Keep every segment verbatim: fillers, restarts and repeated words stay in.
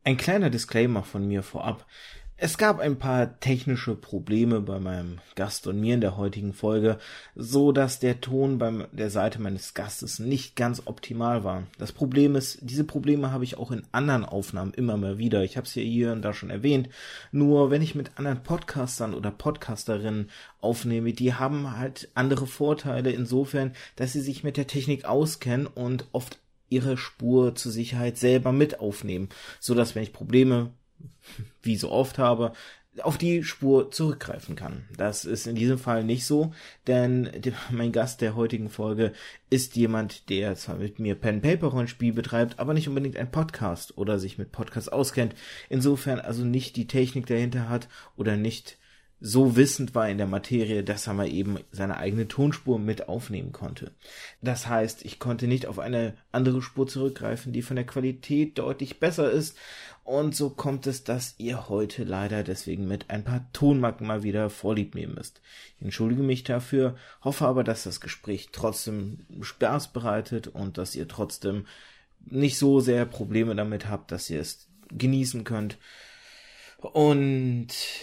Ein kleiner Disclaimer von mir vorab. Es gab ein paar technische Probleme bei meinem Gast und mir in der heutigen Folge, so dass der Ton bei der Seite meines Gastes nicht ganz optimal war. Das Problem ist, diese Probleme habe ich auch in anderen Aufnahmen immer mal wieder. Ich habe es ja hier und da schon erwähnt. Nur wenn ich mit anderen Podcastern oder Podcasterinnen aufnehme, die haben halt andere Vorteile insofern, dass sie sich mit der Technik auskennen und oft ihre Spur zur Sicherheit selber mit aufnehmen, so dass wenn ich Probleme wie so oft habe, auf die Spur zurückgreifen kann. Das ist in diesem Fall nicht so, denn mein Gast der heutigen Folge ist jemand, der zwar mit mir Pen-Paper-Rollenspiel betreibt, aber nicht unbedingt ein Podcast oder sich mit Podcasts auskennt, insofern also nicht die Technik dahinter hat oder nicht so wissend war in der Materie, dass er mal eben seine eigene Tonspur mit aufnehmen konnte. Das heißt, ich konnte nicht auf eine andere Spur zurückgreifen, die von der Qualität deutlich besser ist. Und so kommt es, dass ihr heute leider deswegen mit ein paar Tonmacken mal wieder Vorlieb nehmen müsst. Ich entschuldige mich dafür, hoffe aber, dass das Gespräch trotzdem Spaß bereitet und dass ihr trotzdem nicht so sehr Probleme damit habt, dass ihr es genießen könnt. Und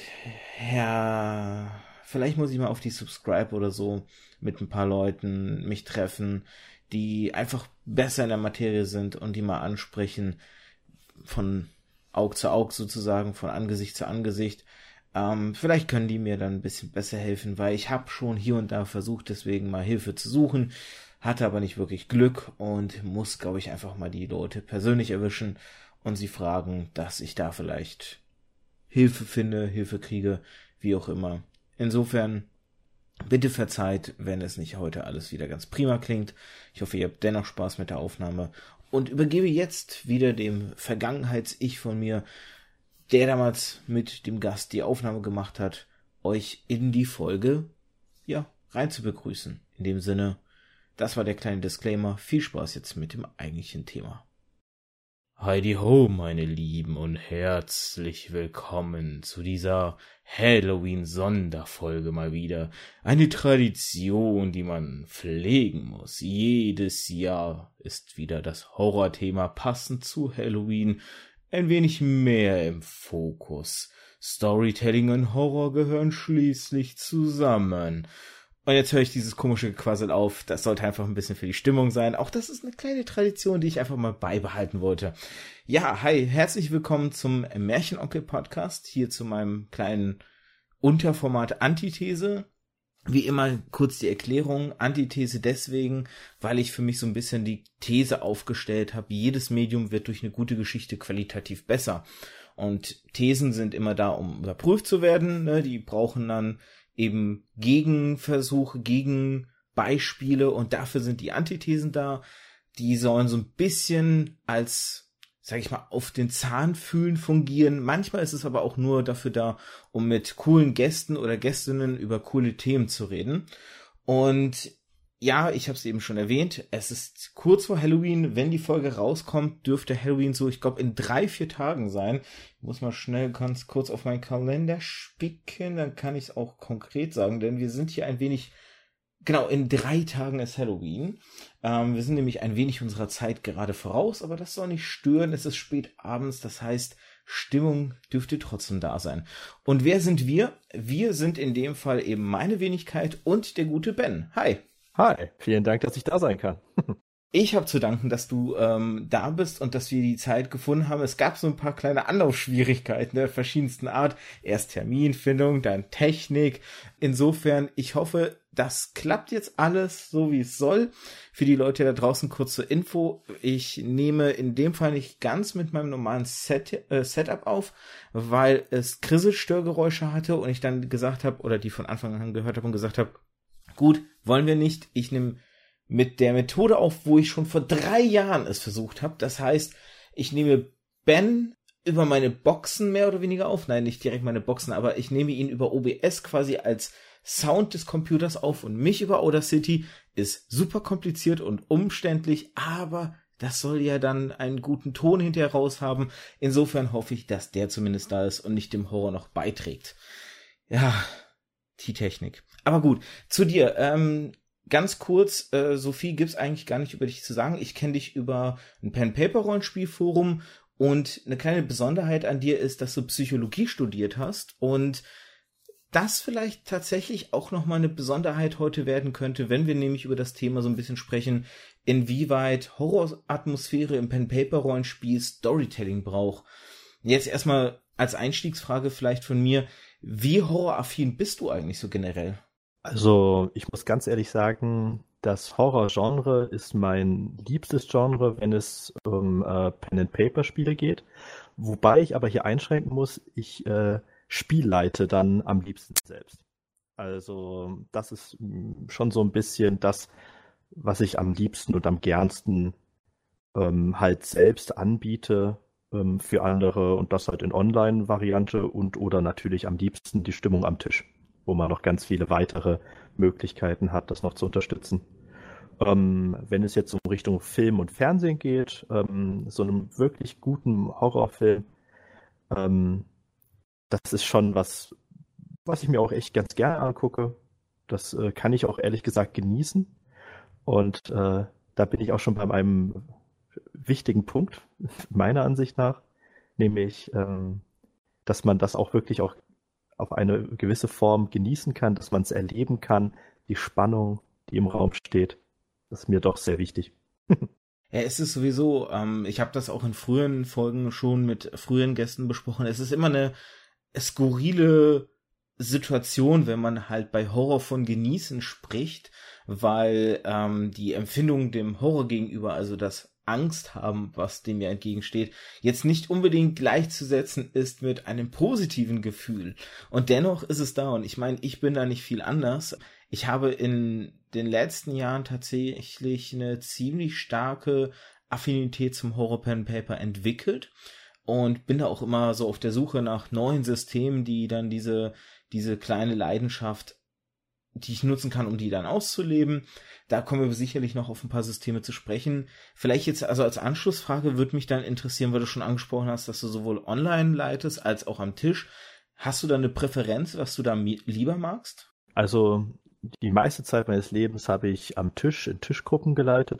ja, vielleicht muss ich mal auf die Subscribe oder so mit ein paar Leuten mich treffen, die einfach besser in der Materie sind und die mal ansprechen, von Aug zu Aug sozusagen, von Angesicht zu Angesicht. Ähm, vielleicht können die mir dann ein bisschen besser helfen, weil ich habe schon hier und da versucht, deswegen mal Hilfe zu suchen, hatte aber nicht wirklich Glück und muss, glaube ich, einfach mal die Leute persönlich erwischen und sie fragen, dass ich da vielleicht Hilfe finde, Hilfe kriege, wie auch immer. Insofern, bitte verzeiht, wenn es nicht heute alles wieder ganz prima klingt. Ich hoffe, ihr habt dennoch Spaß mit der Aufnahme und übergebe jetzt wieder dem Vergangenheits-Ich von mir, der damals mit dem Gast die Aufnahme gemacht hat, euch in die Folge, ja, rein zu begrüßen. In dem Sinne, das war der kleine Disclaimer. Viel Spaß jetzt mit dem eigentlichen Thema. Heidi ho, meine Lieben, und herzlich willkommen zu dieser Halloween-Sonderfolge mal wieder. Eine Tradition, die man pflegen muss. Jedes Jahr ist wieder das Horrorthema passend zu Halloween ein wenig mehr im Fokus. Storytelling und Horror gehören schließlich zusammen. Und jetzt höre ich dieses komische Gequassel auf. Das sollte einfach ein bisschen für die Stimmung sein. Auch das ist eine kleine Tradition, die ich einfach mal beibehalten wollte. Ja, hi, herzlich willkommen zum Märchenonkel-Podcast. Hier zu meinem kleinen Unterformat Antithese. Wie immer kurz die Erklärung. Antithese deswegen, weil ich für mich so ein bisschen die These aufgestellt habe, jedes Medium wird durch eine gute Geschichte qualitativ besser. Und Thesen sind immer da, um überprüft zu werden. Ne? Die brauchen dann eben Gegenversuche, Gegenbeispiele und dafür sind die Antithesen da. Die sollen so ein bisschen als, sag ich mal, auf den Zahn fühlen fungieren. Manchmal ist es aber auch nur dafür da, um mit coolen Gästen oder Gästinnen über coole Themen zu reden. Und ja, ich habe es eben schon erwähnt, es ist kurz vor Halloween. Wenn die Folge rauskommt, dürfte Halloween so, ich glaube, in drei, vier Tagen sein. Ich muss mal schnell ganz kurz auf meinen Kalender spicken, dann kann ich es auch konkret sagen, denn wir sind hier ein wenig, genau, in drei Tagen ist Halloween. Ähm, wir sind nämlich ein wenig unserer Zeit gerade voraus, aber das soll nicht stören. Es ist spät abends, das heißt, Stimmung dürfte trotzdem da sein. Und wer sind wir? Wir sind in dem Fall eben meine Wenigkeit und der gute Ben. Hi. Hi, vielen Dank, dass ich da sein kann. Ich habe zu danken, dass du ähm, da bist und dass wir die Zeit gefunden haben. Es gab so ein paar kleine Anlaufschwierigkeiten der verschiedensten Art. Erst Terminfindung, dann Technik. Insofern, ich hoffe, das klappt jetzt alles so, wie es soll. Für die Leute da draußen kurz zur Info. Ich nehme in dem Fall nicht ganz mit meinem normalen Set, äh, Setup auf, weil es Krisselstörgeräusche hatte und ich dann gesagt habe, oder die von Anfang an gehört habe und gesagt habe, gut, wollen wir nicht. Ich nehme mit der Methode auf, wo ich schon vor drei Jahren es versucht habe. Das heißt, ich nehme Ben über meine Boxen mehr oder weniger auf. Nein, nicht direkt meine Boxen, aber ich nehme ihn über O B S quasi als Sound des Computers auf und mich über Audacity. Ist super kompliziert und umständlich, aber das soll ja dann einen guten Ton hinterher raus haben. Insofern hoffe ich, dass der zumindest da ist und nicht dem Horror noch beiträgt. Ja, die Technik. Aber gut, zu dir. Ähm, ganz kurz, äh, so viel gibt's eigentlich gar nicht über dich zu sagen. Ich kenne dich über ein Pen-Paper-Rollenspielforum Und eine kleine Besonderheit an dir ist, dass du Psychologie studiert hast und das vielleicht tatsächlich auch nochmal eine Besonderheit heute werden könnte, wenn wir nämlich über das Thema so ein bisschen sprechen, inwieweit Horroratmosphäre im Pen-Paper-Rollenspiel Storytelling braucht. Jetzt erstmal als Einstiegsfrage vielleicht von mir, wie horroraffin bist du eigentlich so generell? Also ich muss ganz ehrlich sagen, das Horror-Genre ist mein liebstes Genre, wenn es um äh, Pen-and-Paper-Spiele geht. Wobei ich aber hier einschränken muss, ich äh, spielleite dann am liebsten selbst. Also das ist mh, schon so ein bisschen das, was ich am liebsten und am gernsten ähm, halt selbst anbiete ähm, für andere und das halt in Online-Variante und oder natürlich am liebsten die Stimmung am Tisch, wo man noch ganz viele weitere Möglichkeiten hat, das noch zu unterstützen. Ähm, wenn es jetzt um Richtung Film und Fernsehen geht, ähm, so einem wirklich guten Horrorfilm, ähm, das ist schon was, was ich mir auch echt ganz gerne angucke. Das äh, kann ich auch ehrlich gesagt genießen. Und äh, da bin ich auch schon bei einem wichtigen Punkt, meiner Ansicht nach, nämlich, ähm, dass man das auch wirklich auch auf eine gewisse Form genießen kann, dass man es erleben kann, die Spannung, die im Raum steht. Das ist mir doch sehr wichtig. Ja, es ist sowieso, ähm, ich habe das auch in früheren Folgen schon mit früheren Gästen besprochen, es ist immer eine skurrile Situation, wenn man halt bei Horror von Genießen spricht, weil ähm, die Empfindung dem Horror gegenüber, also das Angst haben, was dem ja entgegensteht, jetzt nicht unbedingt gleichzusetzen ist mit einem positiven Gefühl. Und dennoch ist es da. Und ich meine, ich bin da nicht viel anders. Ich habe in den letzten Jahren tatsächlich eine ziemlich starke Affinität zum Horror-Pen-Paper entwickelt und bin da auch immer so auf der Suche nach neuen Systemen, die dann diese, diese kleine Leidenschaft, die ich nutzen kann, um die dann auszuleben. Da kommen wir sicherlich noch auf ein paar Systeme zu sprechen. Vielleicht jetzt also als Anschlussfrage würde mich dann interessieren, weil du schon angesprochen hast, dass du sowohl online leitest als auch am Tisch. Hast du da eine Präferenz, was du da lieber magst? Also die meiste Zeit meines Lebens habe ich am Tisch in Tischgruppen geleitet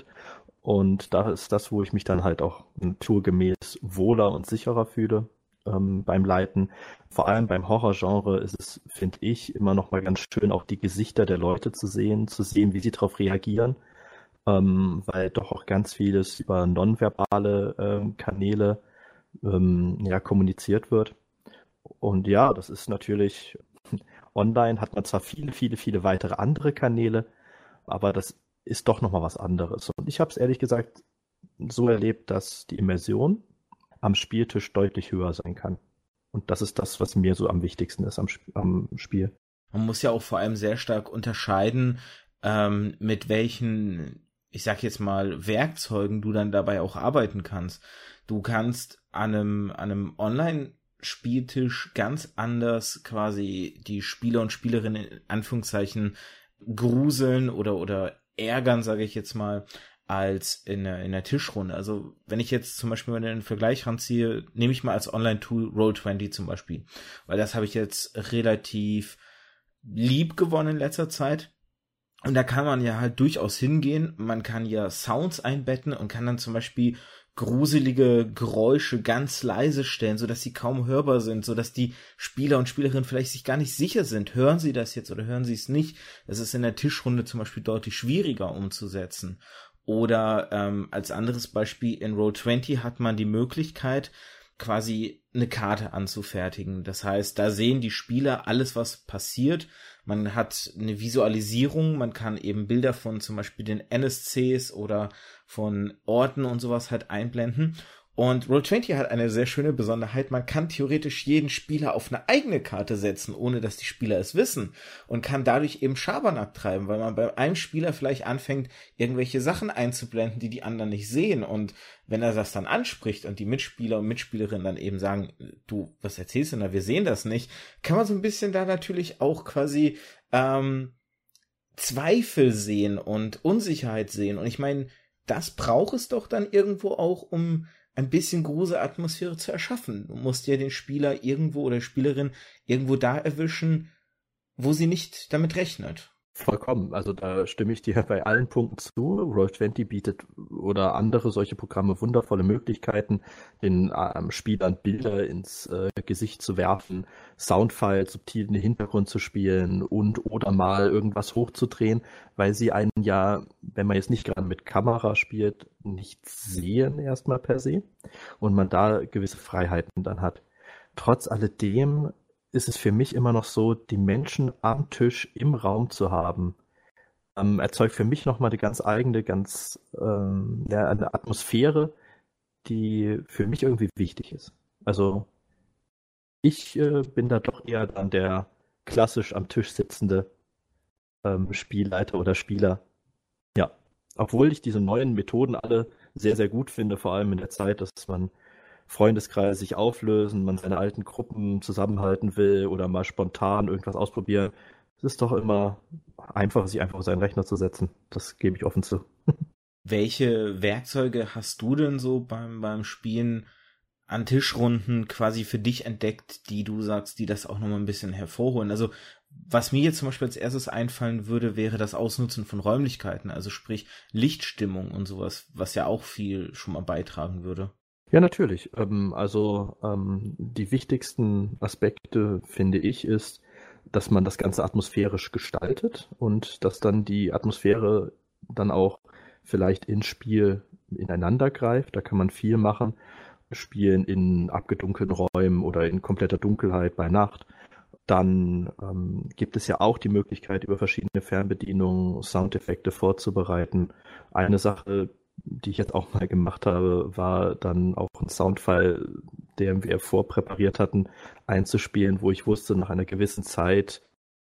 und da ist das, wo ich mich dann halt auch naturgemäß wohler und sicherer fühle ähm, beim Leiten. Vor allem beim Horrorgenre ist es, finde ich, immer noch mal ganz schön, auch die Gesichter der Leute zu sehen, zu sehen, wie sie darauf reagieren, ähm, weil doch auch ganz vieles über nonverbale ähm, Kanäle ähm, ja, kommuniziert wird. Und ja, das ist natürlich, online hat man zwar viele, viele, viele weitere andere Kanäle, aber das ist doch nochmal was anderes. Und ich habe es ehrlich gesagt so erlebt, dass die Immersion am Spieltisch deutlich höher sein kann. Und das ist das, was mir so am wichtigsten ist am, Sp- am Spiel. Man muss ja auch vor allem sehr stark unterscheiden, ähm, mit welchen, ich sag jetzt mal, Werkzeugen du dann dabei auch arbeiten kannst. Du kannst an einem, an einem Online- Spieltisch ganz anders quasi die Spieler und Spielerinnen in Anführungszeichen gruseln oder oder ärgern, sage ich jetzt mal, als in der, in der Tischrunde. Also wenn ich jetzt zum Beispiel mal den Vergleich ranziehe, nehme ich mal als Online-Tool Roll zwanzig zum Beispiel, weil das habe ich jetzt relativ lieb gewonnen in letzter Zeit. Und da kann man ja halt durchaus hingehen, man kann ja Sounds einbetten und kann dann zum Beispiel gruselige Geräusche ganz leise stellen, sodass sie kaum hörbar sind, sodass die Spieler und Spielerinnen vielleicht sich gar nicht sicher sind, hören sie das jetzt oder hören sie es nicht. Das ist in der Tischrunde zum Beispiel deutlich schwieriger umzusetzen. Oder ähm, als anderes Beispiel in Roll zwanzig hat man die Möglichkeit, quasi eine Karte anzufertigen. Das heißt, da sehen die Spieler alles, was passiert. Man hat eine Visualisierung, man kann eben Bilder von zum Beispiel den N S Cs oder von Orten und sowas halt einblenden. Und Roll zwanzig hat eine sehr schöne Besonderheit, man kann theoretisch jeden Spieler auf eine eigene Karte setzen, ohne dass die Spieler es wissen und kann dadurch eben Schabernack treiben, weil man bei einem Spieler vielleicht anfängt, irgendwelche Sachen einzublenden, die die anderen nicht sehen und wenn er das dann anspricht und die Mitspieler und Mitspielerinnen dann eben sagen, du, was erzählst du denn da, wir sehen das nicht, kann man so ein bisschen da natürlich auch quasi ähm, Zweifel sehen und Unsicherheit sehen und ich meine, das braucht es doch dann irgendwo auch, um ein bisschen Gruselatmosphäre zu erschaffen. Du musst ja den Spieler irgendwo oder Spielerin irgendwo da erwischen, wo sie nicht damit rechnet. Vollkommen. Also da stimme ich dir bei allen Punkten zu. Roll zwanzig bietet oder andere solche Programme wundervolle Möglichkeiten, den ähm, Spielern Bilder ins äh, Gesicht zu werfen, Soundfiles subtil in den Hintergrund zu spielen und oder mal irgendwas hochzudrehen, weil sie einen ja, wenn man jetzt nicht gerade mit Kamera spielt, nicht sehen erstmal per se und man da gewisse Freiheiten dann hat. Trotz alledem ist es für mich immer noch so, die Menschen am Tisch im Raum zu haben, ähm, erzeugt für mich nochmal eine ganz eigene, ganz ähm, ja, eine Atmosphäre, die für mich irgendwie wichtig ist. Also ich äh, bin da doch eher dann der klassisch am Tisch sitzende ähm, Spielleiter oder Spieler. Ja, obwohl ich diese neuen Methoden alle sehr, sehr gut finde, vor allem in der Zeit, dass man Freundeskreise sich auflösen, man seine alten Gruppen zusammenhalten will oder mal spontan irgendwas ausprobieren. Es ist doch immer einfacher, sich einfach auf seinen Rechner zu setzen. Das gebe ich offen zu. Welche Werkzeuge hast du denn so beim, beim Spielen an Tischrunden quasi für dich entdeckt, die du sagst, die das auch nochmal ein bisschen hervorholen? Also was mir jetzt zum Beispiel als erstes einfallen würde, wäre das Ausnutzen von Räumlichkeiten, also sprich Lichtstimmung und sowas, was ja auch viel schon mal beitragen würde. Ja, natürlich. Ähm, also ähm, die wichtigsten Aspekte, finde ich, ist, dass man das Ganze atmosphärisch gestaltet und dass dann die Atmosphäre dann auch vielleicht ins Spiel ineinander greift. Da kann man viel machen. Spielen in abgedunkelten Räumen oder in kompletter Dunkelheit bei Nacht. Dann ähm, gibt es ja auch die Möglichkeit, über verschiedene Fernbedienungen Soundeffekte vorzubereiten. Eine Sache, die ich jetzt auch mal gemacht habe, war dann auch ein Soundfile, den wir vorpräpariert hatten, einzuspielen, wo ich wusste, nach einer gewissen Zeit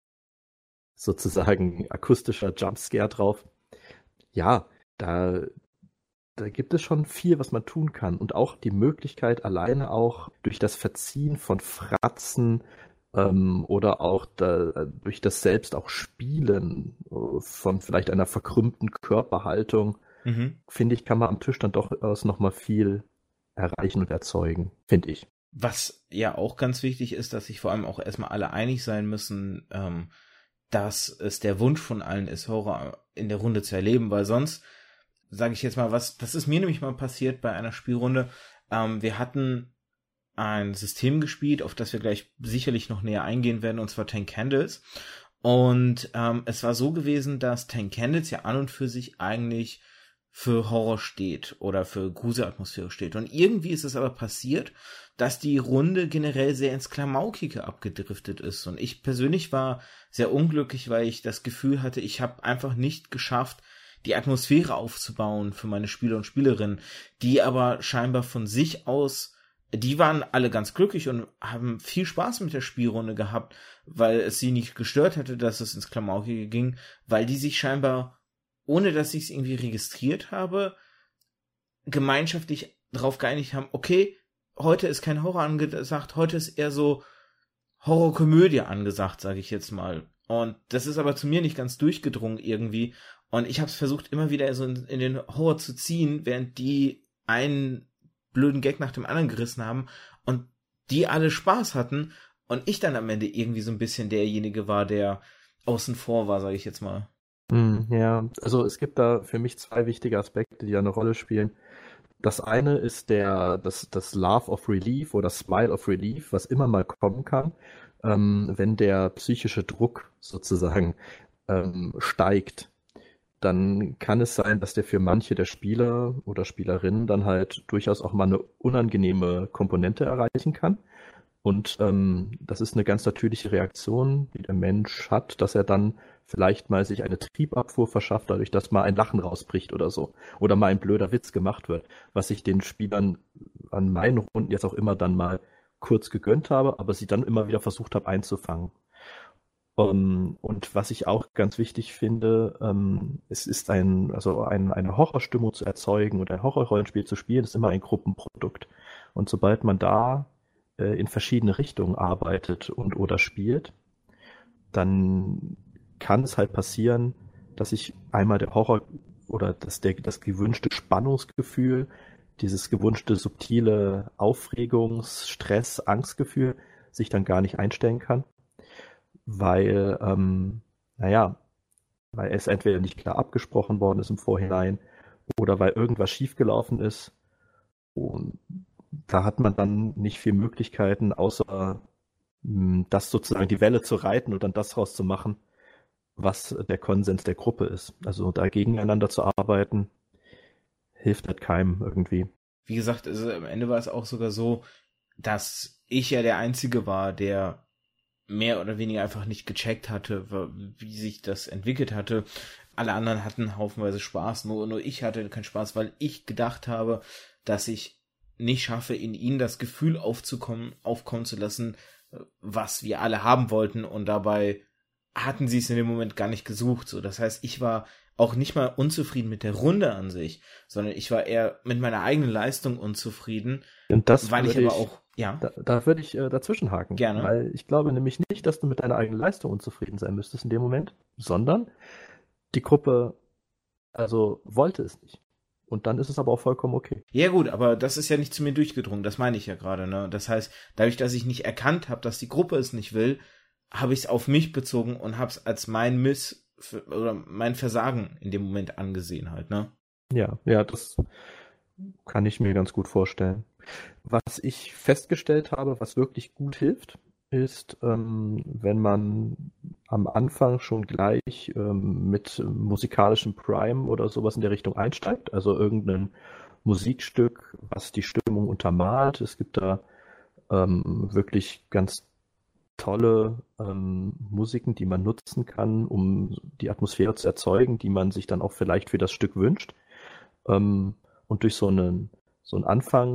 sozusagen akustischer Jumpscare drauf. Ja, da, da gibt es schon viel, was man tun kann. Und auch die Möglichkeit, alleine auch durch das Verziehen von Fratzen ähm, oder auch da, durch das selbst auch Spielen äh, von vielleicht einer verkrümmten Körperhaltung, mhm. finde ich, kann man am Tisch dann durchaus nochmal viel erreichen und erzeugen, finde ich. Was ja auch ganz wichtig ist, dass sich vor allem auch erstmal alle einig sein müssen, ähm, dass es der Wunsch von allen ist, Horror in der Runde zu erleben, weil sonst, sage ich jetzt mal, was, das ist mir nämlich mal passiert bei einer Spielrunde, ähm, wir hatten ein System gespielt, auf das wir gleich sicherlich noch näher eingehen werden, und zwar Ten Candles. Und ähm, es war so gewesen, dass Ten Candles ja an und für sich eigentlich für Horror steht oder für Gruselatmosphäre steht. Und irgendwie ist es aber passiert, dass die Runde generell sehr ins Klamaukige abgedriftet ist. Und ich persönlich war sehr unglücklich, weil ich das Gefühl hatte, ich habe einfach nicht geschafft, die Atmosphäre aufzubauen für meine Spieler und Spielerinnen, die aber scheinbar von sich aus, die waren alle ganz glücklich und haben viel Spaß mit der Spielrunde gehabt, weil es sie nicht gestört hätte, dass es ins Klamaukige ging, weil die sich scheinbar, ohne dass ich es irgendwie registriert habe, gemeinschaftlich darauf geeinigt haben, okay, heute ist kein Horror angesagt, heute ist eher so Horrorkomödie angesagt, sage ich jetzt mal. Und das ist aber zu mir nicht ganz durchgedrungen irgendwie. Und ich habe es versucht, immer wieder so in, in den Horror zu ziehen, während die einen blöden Gag nach dem anderen gerissen haben und die alle Spaß hatten und ich dann am Ende irgendwie so ein bisschen derjenige war, der außen vor war, sage ich jetzt mal. Ja, also es gibt da für mich zwei wichtige Aspekte, die eine Rolle spielen. Das eine ist der, das, das Laugh of Relief oder Smile of Relief, was immer mal kommen kann, ähm, wenn der psychische Druck sozusagen ähm, steigt. Dann kann es sein, dass der für manche der Spieler oder Spielerinnen dann halt durchaus auch mal eine unangenehme Komponente erreichen kann. Und ähm, das ist eine ganz natürliche Reaktion, die der Mensch hat, dass er dann vielleicht mal sich eine Triebabfuhr verschafft, dadurch, dass mal ein Lachen rausbricht oder so. Oder mal ein blöder Witz gemacht wird, was ich den Spielern an meinen Runden jetzt auch immer dann mal kurz gegönnt habe, aber sie dann immer wieder versucht habe einzufangen. Um, und was ich auch ganz wichtig finde, ähm, es ist ein, also ein, eine Horrorstimmung zu erzeugen und ein Horrorrollenspiel zu spielen, ist immer ein Gruppenprodukt. Und sobald man da äh, in verschiedene Richtungen arbeitet und oder spielt, dann kann es halt passieren, dass sich einmal der Horror oder das, der, das gewünschte Spannungsgefühl, dieses gewünschte subtile Aufregungs-, Stress-, Angstgefühl sich dann gar nicht einstellen kann. Weil, ähm, naja, weil es entweder nicht klar abgesprochen worden ist im Vorhinein oder weil irgendwas schiefgelaufen ist. Und da hat man dann nicht viel Möglichkeiten, außer mh, das sozusagen die Welle zu reiten und dann das rauszumachen, was der Konsens der Gruppe ist. Also da gegeneinander zu arbeiten, hilft halt keinem irgendwie. Wie gesagt, also am Ende war es auch sogar so, dass ich ja der Einzige war, der mehr oder weniger einfach nicht gecheckt hatte, wie sich das entwickelt hatte. Alle anderen hatten haufenweise Spaß, nur, nur ich hatte keinen Spaß, weil ich gedacht habe, dass ich nicht schaffe, in ihnen das Gefühl aufzukommen, aufkommen zu lassen, was wir alle haben wollten, und dabei hatten sie es in dem Moment gar nicht gesucht. So, das heißt, ich war auch nicht mal unzufrieden mit der Runde an sich, sondern ich war eher mit meiner eigenen Leistung unzufrieden. Und das weil ich würde aber auch, ja. Da, da würde ich äh, dazwischenhaken. Gerne. Weil ich glaube nämlich nicht, dass du mit deiner eigenen Leistung unzufrieden sein müsstest in dem Moment, sondern die Gruppe also wollte es nicht. Und dann ist es aber auch vollkommen okay. Ja gut, aber das ist ja nicht zu mir durchgedrungen, das meine ich ja gerade, ne? Das heißt, dadurch, dass ich nicht erkannt habe, dass die Gruppe es nicht will, habe ich es auf mich bezogen und habe es als mein Miss oder mein Versagen in dem Moment angesehen halt, ne? Ja, ja, das kann ich mir ganz gut vorstellen. Was ich festgestellt habe, was wirklich gut hilft, ist, ähm, wenn man am Anfang schon gleich ähm, mit musikalischem Prime oder sowas in der Richtung einsteigt, also irgendein Musikstück, was die Stimmung untermalt. Es gibt da ähm, wirklich ganz tolle ähm, Musiken, die man nutzen kann, um die Atmosphäre zu erzeugen, die man sich dann auch vielleicht für das Stück wünscht. Ähm, und durch so einen so eine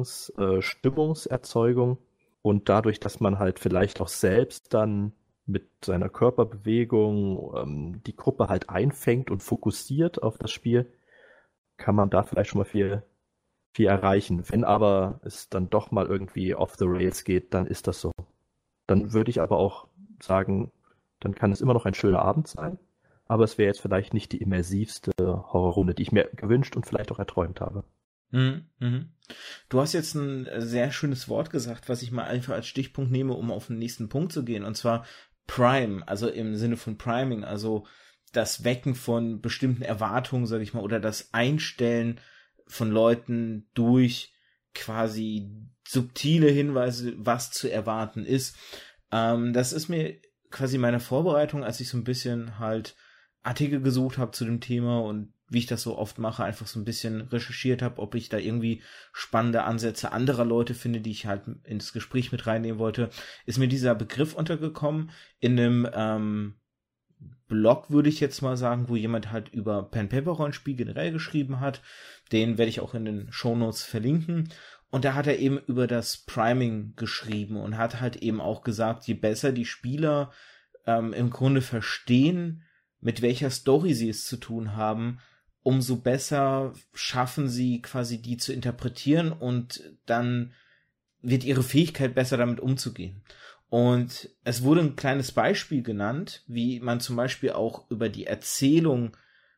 Anfangs-Stimmungserzeugung äh, und dadurch, dass man halt vielleicht auch selbst dann mit seiner Körperbewegung ähm, die Gruppe halt einfängt und fokussiert auf das Spiel, kann man da vielleicht schon mal viel, viel erreichen. Wenn aber es dann doch mal irgendwie off the rails geht, dann ist das so. Dann würde ich aber auch sagen, dann kann es immer noch ein schöner Abend sein, aber es wäre jetzt vielleicht nicht die immersivste Horrorrunde, die ich mir gewünscht und vielleicht auch erträumt habe. Mhm, mhm. Du hast jetzt ein sehr schönes Wort gesagt, was ich mal einfach als Stichpunkt nehme, um auf den nächsten Punkt zu gehen, und zwar Prime, also im Sinne von Priming, also das Wecken von bestimmten Erwartungen, sag ich mal, oder das Einstellen von Leuten durch quasi subtile Hinweise, was zu erwarten ist. Ähm, das ist mir quasi meine Vorbereitung, als ich so ein bisschen halt Artikel gesucht habe zu dem Thema und wie ich das so oft mache, einfach so ein bisschen recherchiert habe, ob ich da irgendwie spannende Ansätze anderer Leute finde, die ich halt ins Gespräch mit reinnehmen wollte, ist mir dieser Begriff untergekommen in einem ähm, Blog, würde ich jetzt mal sagen, wo jemand halt über Pen-Paper-Rollenspiel generell geschrieben hat. Den werde ich auch in den Shownotes verlinken. Und da hat er eben über das Priming geschrieben und hat halt eben auch gesagt, je besser die Spieler ähm, im Grunde verstehen, mit welcher Story sie es zu tun haben, umso besser schaffen sie quasi die zu interpretieren und dann wird ihre Fähigkeit besser damit umzugehen. Und es wurde ein kleines Beispiel genannt, wie man zum Beispiel auch über die Erzählung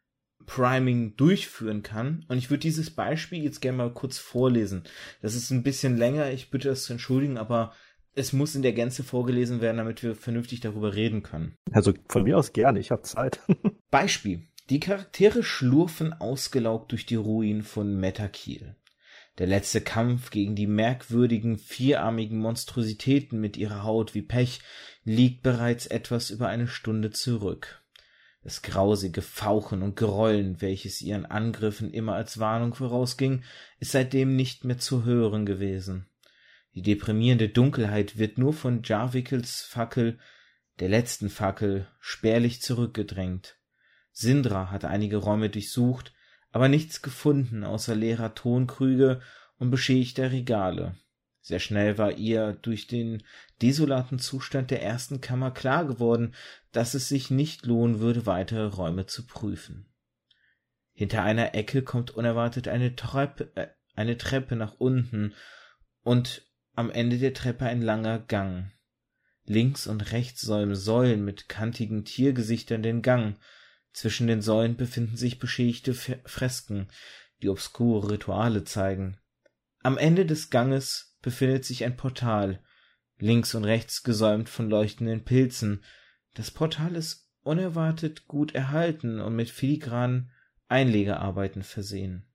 Priming durchführen kann. Und ich würde dieses Beispiel jetzt gerne mal kurz vorlesen. Das ist ein bisschen länger, ich bitte das zu entschuldigen, aber es muss in der Gänze vorgelesen werden, damit wir vernünftig darüber reden können. Also von mir aus gerne, ich habe Zeit. Beispiel. Die Charaktere schlurfen ausgelaugt durch die Ruinen von Metakiel. Der letzte Kampf gegen die merkwürdigen, vierarmigen Monstrositäten mit ihrer Haut wie Pech liegt bereits etwas über eine Stunde zurück. Das grausige Fauchen und Grollen, welches ihren Angriffen immer als Warnung vorausging, ist seitdem nicht mehr zu hören gewesen. Die deprimierende Dunkelheit wird nur von Jarvikels Fackel, der letzten Fackel, spärlich zurückgedrängt. Sindra hat einige Räume durchsucht, aber nichts gefunden außer leerer Tonkrüge und beschädigter Regale. Sehr schnell war ihr durch den desolaten Zustand der ersten Kammer klar geworden, dass es sich nicht lohnen würde, weitere Räume zu prüfen. Hinter einer Ecke kommt unerwartet eine Treppe, äh, eine Treppe nach unten und am Ende der Treppe ein langer Gang. Links und rechts säumen Säulen mit kantigen Tiergesichtern den Gang. Zwischen den Säulen befinden sich beschädigte Fresken, die obskure Rituale zeigen. Am Ende des Ganges befindet sich ein Portal, links und rechts gesäumt von leuchtenden Pilzen. Das Portal ist unerwartet gut erhalten und mit filigranen Einlegearbeiten versehen.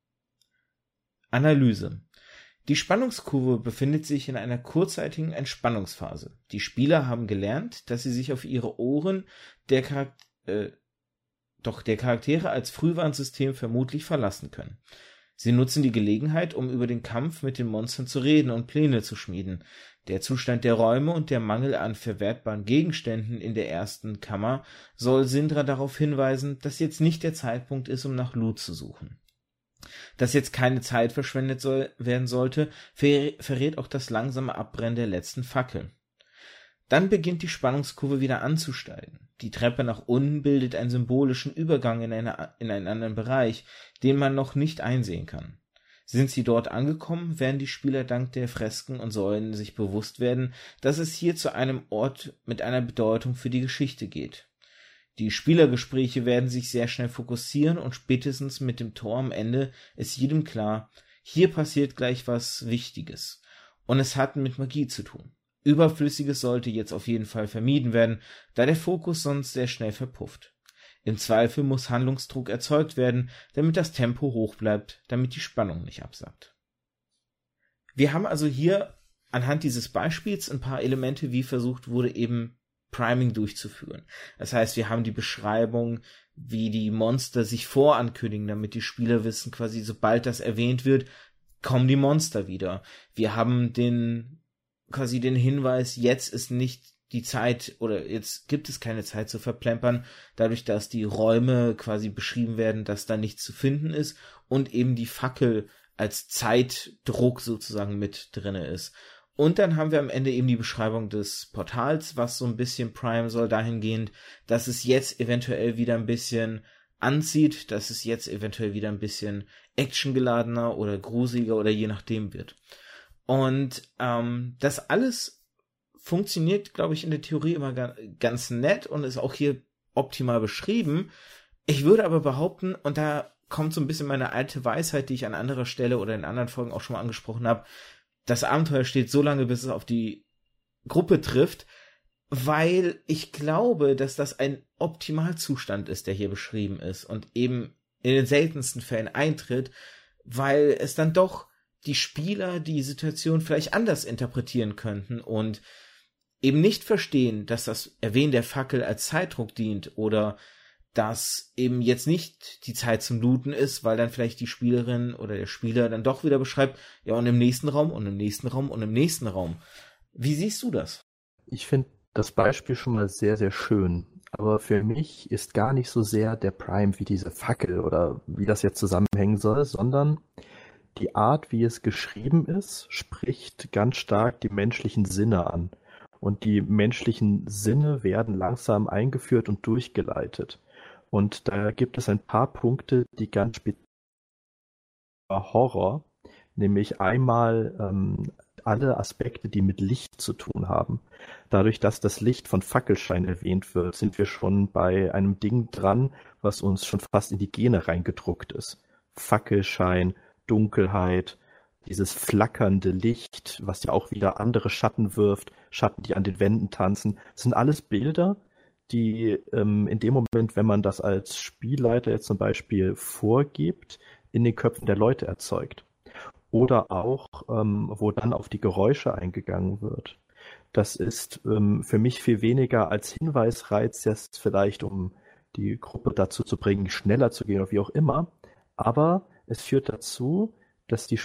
Analyse. Die Spannungskurve befindet sich in einer kurzzeitigen Entspannungsphase. Die Spieler haben gelernt, dass sie sich auf ihre Ohren der, Charak- äh, doch der Charaktere als Frühwarnsystem vermutlich verlassen können. Sie nutzen die Gelegenheit, um über den Kampf mit den Monstern zu reden und Pläne zu schmieden. Der Zustand der Räume und der Mangel an verwertbaren Gegenständen in der ersten Kammer soll Sindra darauf hinweisen, dass jetzt nicht der Zeitpunkt ist, um nach Loot zu suchen. Dass jetzt keine Zeit verschwendet soll, werden sollte, ver- verrät auch das langsame Abbrennen der letzten Fackel. Dann beginnt die Spannungskurve wieder anzusteigen. Die Treppe nach unten bildet einen symbolischen Übergang in, eine, in einen anderen Bereich, den man noch nicht einsehen kann. Sind sie dort angekommen, werden die Spieler dank der Fresken und Säulen sich bewusst werden, dass es hier zu einem Ort mit einer Bedeutung für die Geschichte geht. Die Spielergespräche werden sich sehr schnell fokussieren und spätestens mit dem Tor am Ende ist jedem klar, hier passiert gleich was Wichtiges. Und es hat mit Magie zu tun. Überflüssiges sollte jetzt auf jeden Fall vermieden werden, da der Fokus sonst sehr schnell verpufft. Im Zweifel muss Handlungsdruck erzeugt werden, damit das Tempo hoch bleibt, damit die Spannung nicht absackt. Wir haben also hier anhand dieses Beispiels ein paar Elemente, wie versucht wurde, eben Priming durchzuführen. Das heißt, wir haben die Beschreibung, wie die Monster sich vorankündigen, damit die Spieler wissen, quasi sobald das erwähnt wird, kommen die Monster wieder. Wir haben den quasi den Hinweis, jetzt ist nicht die Zeit oder jetzt gibt es keine Zeit zu verplempern, dadurch, dass die Räume quasi beschrieben werden, dass da nichts zu finden ist und eben die Fackel als Zeitdruck sozusagen mit drinne ist. Und dann haben wir am Ende eben die Beschreibung des Portals, was so ein bisschen Prime soll, dahingehend, dass es jetzt eventuell wieder ein bisschen anzieht, dass es jetzt eventuell wieder ein bisschen actiongeladener oder gruseliger oder je nachdem wird. Und ähm, das alles funktioniert, glaube ich, in der Theorie immer ga- ganz nett und ist auch hier optimal beschrieben. Ich würde aber behaupten, und da kommt so ein bisschen meine alte Weisheit, die ich an anderer Stelle oder in anderen Folgen auch schon mal angesprochen habe, das Abenteuer steht so lange, bis es auf die Gruppe trifft, weil ich glaube, dass das ein Optimalzustand ist, der hier beschrieben ist und eben in den seltensten Fällen eintritt, weil es dann doch die Spieler die Situation vielleicht anders interpretieren könnten und eben nicht verstehen, dass das Erwähnen der Fackel als Zeitdruck dient oder dass eben jetzt nicht die Zeit zum Looten ist, weil dann vielleicht die Spielerin oder der Spieler dann doch wieder beschreibt, ja, und im nächsten Raum und im nächsten Raum und im nächsten Raum. Wie siehst du das? Ich finde das Beispiel schon mal sehr, sehr schön. Aber für mich ist gar nicht so sehr der Prime wie diese Fackel oder wie das jetzt zusammenhängen soll, sondern die Art, wie es geschrieben ist, spricht ganz stark die menschlichen Sinne an. Und die menschlichen Sinne werden langsam eingeführt und durchgeleitet. Und da gibt es ein paar Punkte, die ganz speziell Horror, nämlich einmal ähm, alle Aspekte, die mit Licht zu tun haben. Dadurch, dass das Licht von Fackelschein erwähnt wird, sind wir schon bei einem Ding dran, was uns schon fast in die Gene reingedruckt ist. Fackelschein, Dunkelheit, dieses flackernde Licht, was ja auch wieder andere Schatten wirft, Schatten, die an den Wänden tanzen. Das sind alles Bilder, die ähm, in dem Moment, wenn man das als Spielleiter jetzt zum Beispiel vorgibt, in den Köpfen der Leute erzeugt. Oder auch, ähm, wo dann auf die Geräusche eingegangen wird. Das ist ähm, für mich viel weniger als Hinweisreiz, jetzt vielleicht um die Gruppe dazu zu bringen, schneller zu gehen oder wie auch immer. Aber es führt dazu, dass die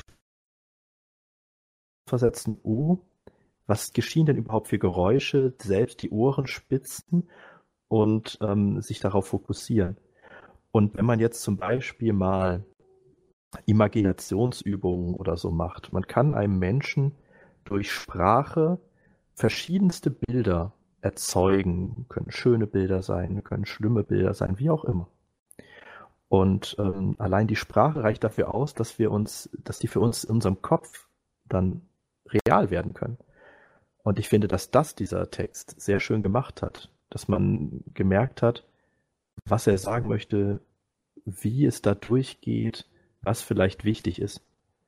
versetzen, oh, was geschehen denn überhaupt für Geräusche, selbst die Ohren spitzen und ähm, sich darauf fokussieren. Und wenn man jetzt zum Beispiel mal Imaginationsübungen oder so macht, man kann einem Menschen durch Sprache verschiedenste Bilder erzeugen, können schöne Bilder sein, können schlimme Bilder sein, wie auch immer. Und ähm, allein die Sprache reicht dafür aus, dass wir uns, dass die für uns in unserem Kopf dann real werden können. Und ich finde, dass das dieser Text sehr schön gemacht hat, dass man gemerkt hat, was er sagen möchte, wie es da durchgeht, was vielleicht wichtig ist.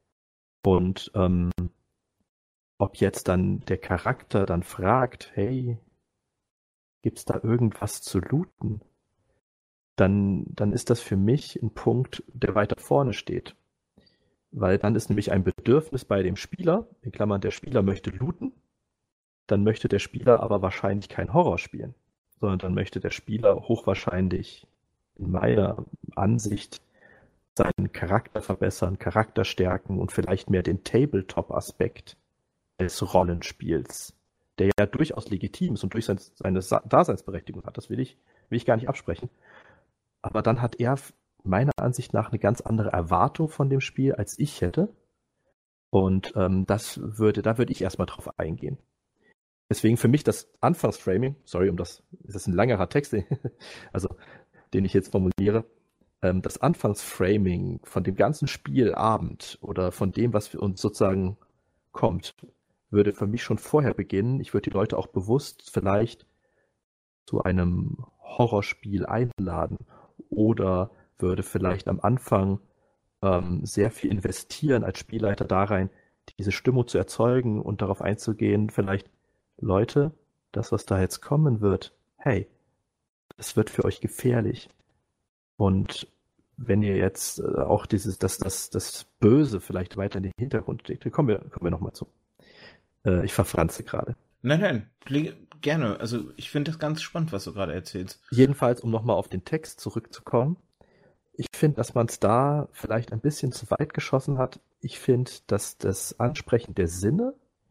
Und ähm, ob jetzt dann der Charakter dann fragt, hey, gibt's da irgendwas zu looten, dann, dann ist das für mich ein Punkt, der weiter vorne steht. Weil dann ist nämlich ein Bedürfnis bei dem Spieler, in Klammern, der Spieler möchte looten, dann möchte der Spieler aber wahrscheinlich kein Horror spielen, sondern dann möchte der Spieler hochwahrscheinlich in meiner Ansicht seinen Charakter verbessern, Charakter stärken und vielleicht mehr den Tabletop-Aspekt des Rollenspiels, der ja durchaus legitim ist und durch sein, seine Daseinsberechtigung hat. Das will ich, will ich gar nicht absprechen. Aber dann hat er meiner Ansicht nach eine ganz andere Erwartung von dem Spiel, als ich hätte. Und ähm, das würde, da würde ich erstmal drauf eingehen. Deswegen für mich das Anfangsframing, sorry, um das, das ist ein langerer Text, also den ich jetzt formuliere, ähm, das Anfangsframing von dem ganzen Spielabend oder von dem, was für uns sozusagen kommt, würde für mich schon vorher beginnen. Ich würde die Leute auch bewusst vielleicht zu einem Horrorspiel einladen oder würde vielleicht am Anfang ähm, sehr viel investieren als Spielleiter da rein, diese Stimmung zu erzeugen und darauf einzugehen, vielleicht, Leute, das, was da jetzt kommen wird, hey, das wird für euch gefährlich. Und wenn ihr jetzt äh, auch dieses, das, das, das Böse vielleicht weiter in den Hintergrund steckt, kommen wir, kommen wir nochmal zu. Äh, ich verfranze gerade. Nein, nein, gerne. Also ich finde das ganz spannend, was du gerade erzählst. Jedenfalls, um nochmal auf den Text zurückzukommen, ich finde, dass man es da vielleicht ein bisschen zu weit geschossen hat. Ich finde, dass das Ansprechen der Sinne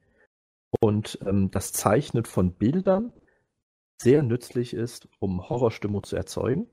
und ähm, das Zeichnen von Bildern sehr nützlich ist, um Horrorstimmung zu erzeugen.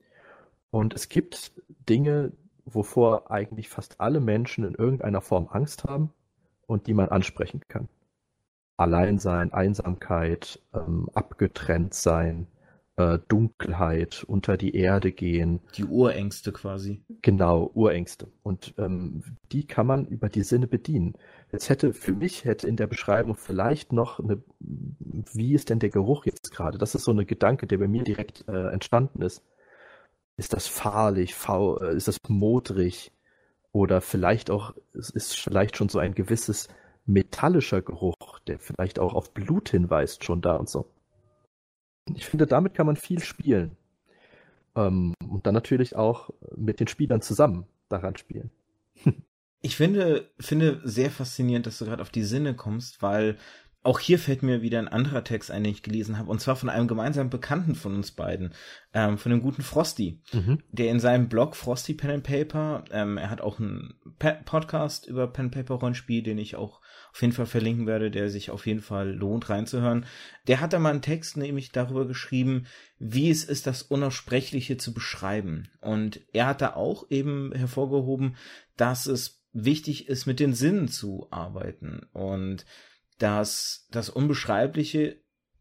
Und es gibt Dinge, wovor eigentlich fast alle Menschen in irgendeiner Form Angst haben und die man ansprechen kann. Alleinsein, Einsamkeit, ähm, abgetrennt sein, äh, Dunkelheit, unter die Erde gehen. Die Urängste quasi. Genau, Urängste. Und ähm, die kann man über die Sinne bedienen. Jetzt hätte, für mich hätte in der Beschreibung vielleicht noch eine, wie ist denn der Geruch jetzt gerade? Das ist so ein Gedanke, der bei mir direkt äh, entstanden ist. Ist das fahrlich, faul, äh, ist das modrig? Oder vielleicht auch, es ist vielleicht schon so ein gewisses metallischer Geruch, der vielleicht auch auf Blut hinweist, schon da und so. Ich finde, damit kann man viel spielen. Ähm, und dann natürlich auch mit den Spielern zusammen daran spielen. Ich finde, finde sehr faszinierend, dass du gerade auf die Sinne kommst, weil auch hier fällt mir wieder ein anderer Text ein, den ich gelesen habe, und zwar von einem gemeinsamen Bekannten von uns beiden, ähm, von dem guten Frosty, mhm. der in seinem Blog Frosty Pen and Paper, ähm, er hat auch einen Pe- Podcast über Pen and Paper Rollenspiel, den ich auch auf jeden Fall verlinken werde, der sich auf jeden Fall lohnt reinzuhören. Der hat da mal einen Text nämlich darüber geschrieben, wie es ist, das Unaussprechliche zu beschreiben. Und er hat da auch eben hervorgehoben, dass es wichtig ist, mit den Sinnen zu arbeiten und dass das Unbeschreibliche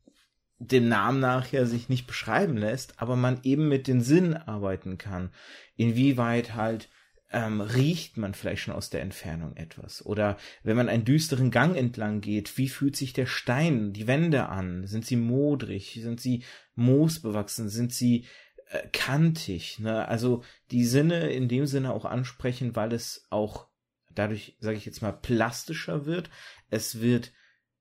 dem Namen nach ja sich nicht beschreiben lässt, aber man eben mit den Sinnen arbeiten kann. Inwieweit halt ähm, riecht man vielleicht schon aus der Entfernung etwas? Oder wenn man einen düsteren Gang entlang geht, wie fühlt sich der Stein, die Wände an? Sind sie modrig? Sind sie moosbewachsen? Sind sie äh, kantig? Ne? Also die Sinne in dem Sinne auch ansprechen, weil es auch dadurch, sage ich jetzt mal, plastischer wird. Es wird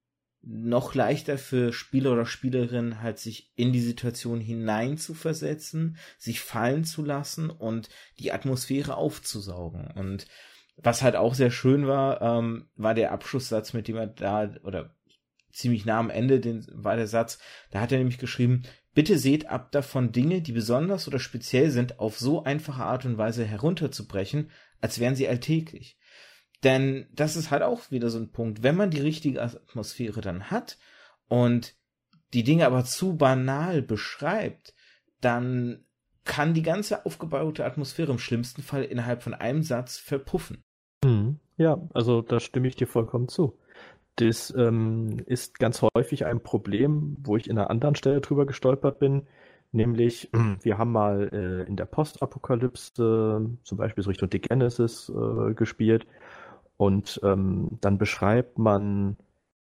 noch leichter für Spieler oder Spielerinnen halt sich in die Situation hinein zu versetzen, sich fallen zu lassen und die Atmosphäre aufzusaugen. Und was halt auch sehr schön war, ähm, war der Abschlusssatz, mit dem er da, oder ziemlich nah am Ende den, war der Satz, da hat er nämlich geschrieben, bitte seht ab davon Dinge, die besonders oder speziell sind, auf so einfache Art und Weise herunterzubrechen, als wären sie alltäglich. Denn das ist halt auch wieder so ein Punkt, wenn man die richtige Atmosphäre dann hat und die Dinge aber zu banal beschreibt, dann kann die ganze aufgebaute Atmosphäre im schlimmsten Fall innerhalb von einem Satz verpuffen. Ja, also da stimme ich dir vollkommen zu. Das ähm, ist ganz häufig ein Problem, wo ich in einer anderen Stelle drüber gestolpert bin, nämlich wir haben mal äh, in der Postapokalypse zum Beispiel so Richtung The Genesis äh, gespielt. Und ähm, dann beschreibt man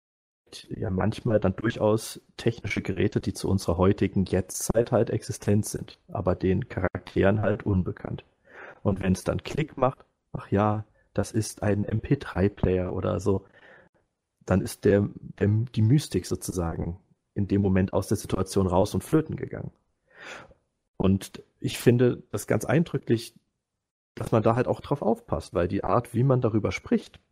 ja manchmal dann durchaus technische Geräte, die zu unserer heutigen Jetztzeit halt existent sind, aber den Charakteren halt unbekannt. Und wenn es dann Klick macht, ach ja, das ist ein M P drei Player oder so, dann ist der, der die Mystik sozusagen in dem Moment aus der Situation raus und flöten gegangen. Und ich finde das ganz eindrücklich, dass man da halt auch drauf aufpasst, weil die Art, wie man darüber spricht,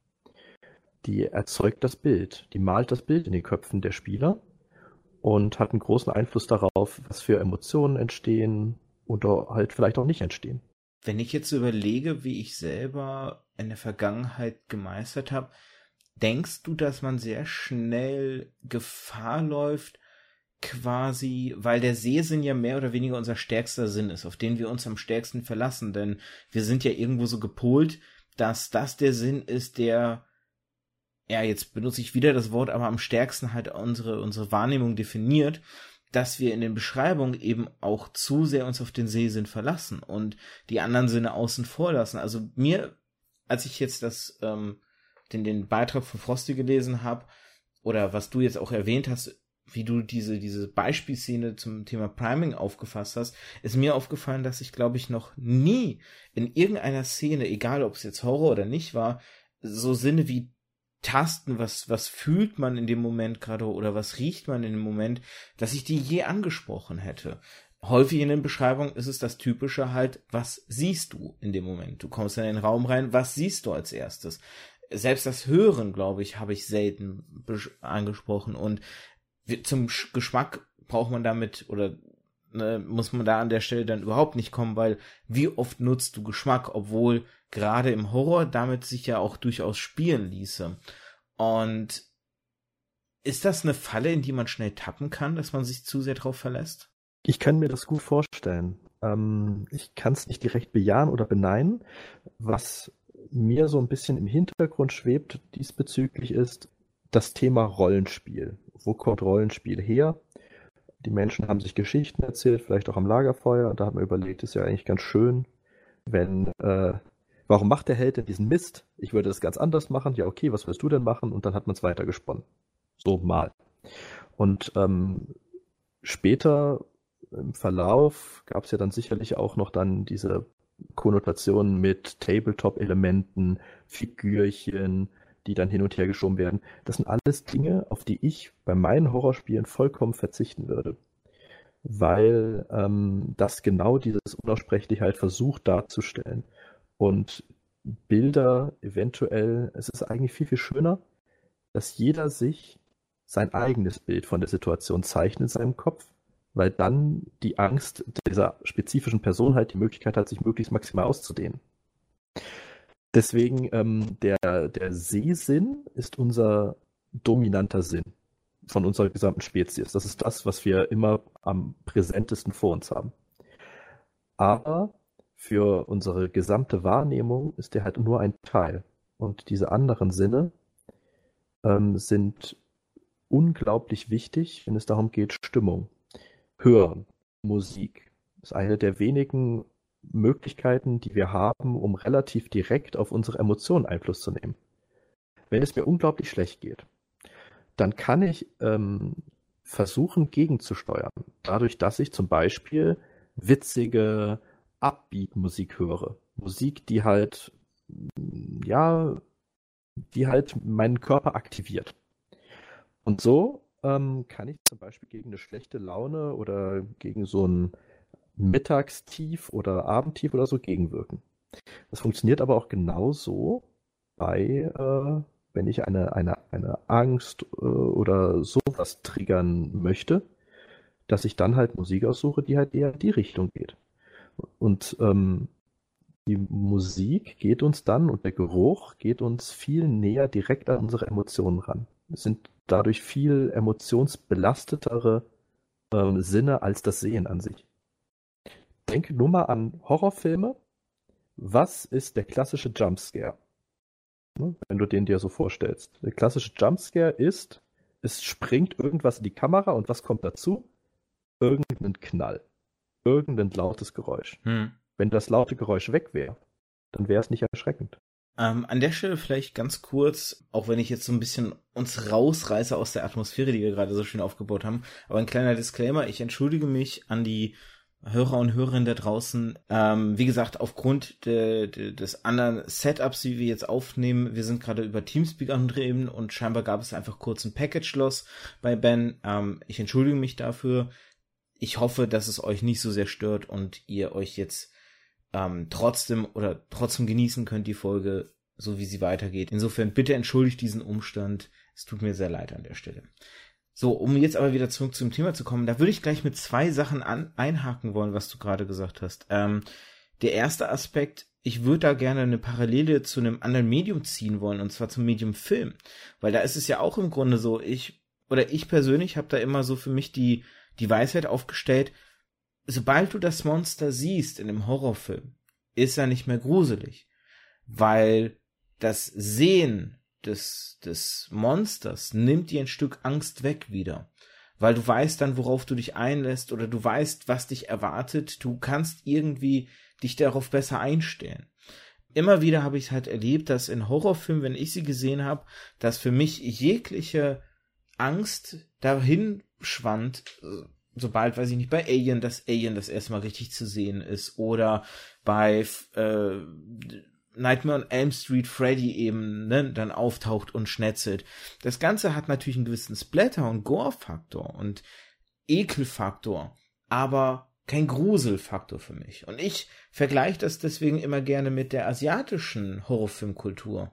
die erzeugt das Bild, die malt das Bild in den Köpfen der Spieler und hat einen großen Einfluss darauf, was für Emotionen entstehen oder halt vielleicht auch nicht entstehen. Wenn ich jetzt überlege, wie ich selber in der Vergangenheit gemeistert habe, denkst du, dass man sehr schnell Gefahr läuft, quasi, weil der Sehsinn ja mehr oder weniger unser stärkster Sinn ist, auf den wir uns am stärksten verlassen, denn wir sind ja irgendwo so gepolt, dass das der Sinn ist, der, ja, jetzt benutze ich wieder das Wort, aber am stärksten halt unsere, unsere Wahrnehmung definiert, dass wir in den Beschreibungen eben auch zu sehr uns auf den Sehsinn verlassen und die anderen Sinne außen vor lassen. Also mir, als ich jetzt das, ähm, den, den Beitrag von Frosty gelesen habe, oder was du jetzt auch erwähnt hast, wie du diese, diese Beispielszene zum Thema Priming aufgefasst hast, ist mir aufgefallen, dass ich, glaube ich, noch nie in irgendeiner Szene, egal ob es jetzt Horror oder nicht war, so Sinne wie Tasten, was, was fühlt man in dem Moment gerade oder was riecht man in dem Moment, dass ich die je angesprochen hätte. Häufig in den Beschreibungen ist es das Typische halt, was siehst du in dem Moment? Du kommst in den Raum rein, was siehst du als erstes? Selbst das Hören, glaube ich, habe ich selten angesprochen und zum Geschmack braucht man damit oder ne, muss man da an der Stelle dann überhaupt nicht kommen, weil wie oft nutzt du Geschmack, obwohl gerade im Horror damit sich ja auch durchaus spielen ließe. Und ist das eine Falle, in die man schnell tappen kann, dass man sich zu sehr drauf verlässt? Ich kann mir das gut vorstellen. Ähm, ich kann es nicht direkt bejahen oder beneiden. Was mir so ein bisschen im Hintergrund schwebt diesbezüglich ist das Thema Rollenspiel. Wo kommt Rollenspiel her? Die Menschen haben sich Geschichten erzählt, vielleicht auch am Lagerfeuer. Da hat man überlegt, ist ja eigentlich ganz schön, wenn, äh, warum macht der Held denn diesen Mist? Ich würde das ganz anders machen. Ja, okay, was willst du denn machen? Und dann hat man es weitergesponnen. So mal. Und ähm, später im Verlauf gab es ja dann sicherlich auch noch dann diese Konnotationen mit Tabletop-Elementen, Figürchen, die dann hin und her geschoben werden. Das sind alles Dinge, auf die ich bei meinen Horrorspielen vollkommen verzichten würde. Weil ähm, das genau dieses Unaussprechliche halt versucht darzustellen. Und Bilder eventuell, es ist eigentlich viel, viel schöner, dass jeder sich sein eigenes Bild von der Situation zeichnet in seinem Kopf, weil dann die Angst dieser spezifischen Person halt die Möglichkeit hat, sich möglichst maximal auszudehnen. Deswegen, ähm, der, der Sehsinn ist unser dominanter Sinn von unserer gesamten Spezies. Das ist das, was wir immer am präsentesten vor uns haben. Aber für unsere gesamte Wahrnehmung ist der halt nur ein Teil. Und diese anderen Sinne ähm, sind unglaublich wichtig, wenn es darum geht, Stimmung, Hören, Musik. Das ist eine der wenigen Möglichkeiten, die wir haben, um relativ direkt auf unsere Emotionen Einfluss zu nehmen. Wenn es mir unglaublich schlecht geht, dann kann ich ähm, versuchen, gegenzusteuern. Dadurch, dass ich zum Beispiel witzige Upbeat-Musik höre. Musik, die halt, ja, die halt meinen Körper aktiviert. Und so ähm, kann ich zum Beispiel gegen eine schlechte Laune oder gegen so ein Mittagstief oder Abendtief oder so gegenwirken. Das funktioniert aber auch genauso bei, äh, wenn ich eine, eine, eine Angst äh, oder sowas triggern möchte, dass ich dann halt Musik aussuche, die halt eher in die Richtung geht. Und ähm, die Musik geht uns dann und der Geruch geht uns viel näher direkt an unsere Emotionen ran. Es sind dadurch viel emotionsbelastetere äh, Sinne als das Sehen an sich. Denke nur mal an Horrorfilme. Was ist der klassische Jumpscare? Wenn du den dir so vorstellst. Der klassische Jumpscare ist, es springt irgendwas in die Kamera und was kommt dazu? Irgendein Knall. Irgendein lautes Geräusch. Hm. Wenn das laute Geräusch weg wäre, dann wäre es nicht erschreckend. Ähm, an der Stelle vielleicht ganz kurz, auch wenn ich jetzt so ein bisschen uns rausreiße aus der Atmosphäre, die wir gerade so schön aufgebaut haben, aber ein kleiner Disclaimer, ich entschuldige mich an die Hörer und Hörerinnen da draußen, ähm, wie gesagt, aufgrund de, de, des anderen Setups, wie wir jetzt aufnehmen, wir sind gerade über Teamspeak am Drehen und scheinbar gab es einfach kurz ein Package-Loss bei Ben. Ähm, ich entschuldige mich dafür. Ich hoffe, dass es euch nicht so sehr stört und ihr euch jetzt ähm, trotzdem oder trotzdem genießen könnt, die Folge, so wie sie weitergeht. Insofern bitte entschuldigt diesen Umstand. Es tut mir sehr leid an der Stelle. So, um jetzt aber wieder zurück zum Thema zu kommen, da würde ich gleich mit zwei Sachen an, einhaken wollen, was du gerade gesagt hast. Ähm, der erste Aspekt, ich würde da gerne eine Parallele zu einem anderen Medium ziehen wollen, und zwar zum Medium Film. Weil da ist es ja auch im Grunde so, ich, oder ich persönlich habe da immer so für mich die, die Weisheit aufgestellt, sobald du das Monster siehst in einem Horrorfilm, ist er nicht mehr gruselig. Weil das Sehen des, des Monsters nimmt dir ein Stück Angst weg wieder. Weil du weißt dann, worauf du dich einlässt, oder du weißt, was dich erwartet. Du kannst irgendwie dich darauf besser einstellen. Immer wieder habe ich es halt erlebt, dass in Horrorfilmen, wenn ich sie gesehen habe, dass für mich jegliche Angst dahin schwand, sobald, weiß ich nicht, bei Alien, das Alien das erstmal richtig zu sehen ist, oder bei äh, Nightmare on Elm Street Freddy eben, ne, dann auftaucht und schnetzelt. Das Ganze hat natürlich einen gewissen Splatter- und Gore-Faktor und Ekelfaktor, aber kein Gruselfaktor für mich. Und ich vergleiche das deswegen immer gerne mit der asiatischen Horrorfilmkultur,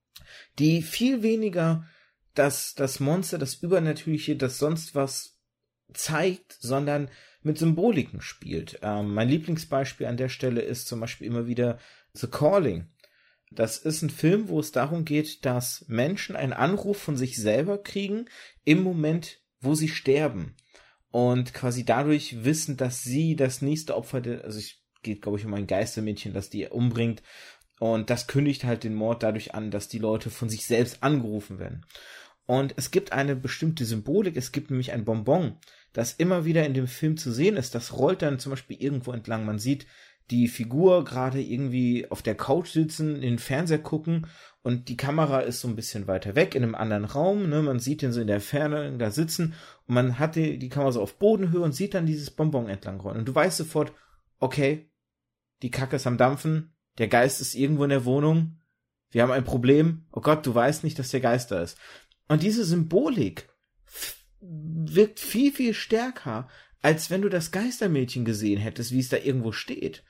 die viel weniger das, das Monster, das Übernatürliche, das sonst was zeigt, sondern mit Symboliken spielt. Ähm, mein Lieblingsbeispiel an der Stelle ist zum Beispiel immer wieder The Calling. Das ist ein Film, wo es darum geht, dass Menschen einen Anruf von sich selber kriegen im Moment, wo sie sterben. Und quasi dadurch wissen, dass sie das nächste Opfer, der, also es geht, glaube ich, um ein Geistermädchen, das die umbringt. Und das kündigt halt den Mord dadurch an, dass die Leute von sich selbst angerufen werden. Und es gibt eine bestimmte Symbolik, es gibt nämlich ein Bonbon, das immer wieder in dem Film zu sehen ist. Das rollt dann zum Beispiel irgendwo entlang. Man sieht die Figur gerade irgendwie auf der Couch sitzen, in den Fernseher gucken und die Kamera ist so ein bisschen weiter weg, in einem anderen Raum, ne? Man sieht den so in der Ferne da sitzen und man hat die, die Kamera so auf Bodenhöhe und sieht dann dieses Bonbon entlang rollen. Und du weißt sofort, okay, die Kacke ist am Dampfen, der Geist ist irgendwo in der Wohnung, wir haben ein Problem, oh Gott, du weißt nicht, dass der Geist da ist. Und diese Symbolik f- wirkt viel, viel stärker, als wenn du das Geistermädchen gesehen hättest, wie es da irgendwo steht.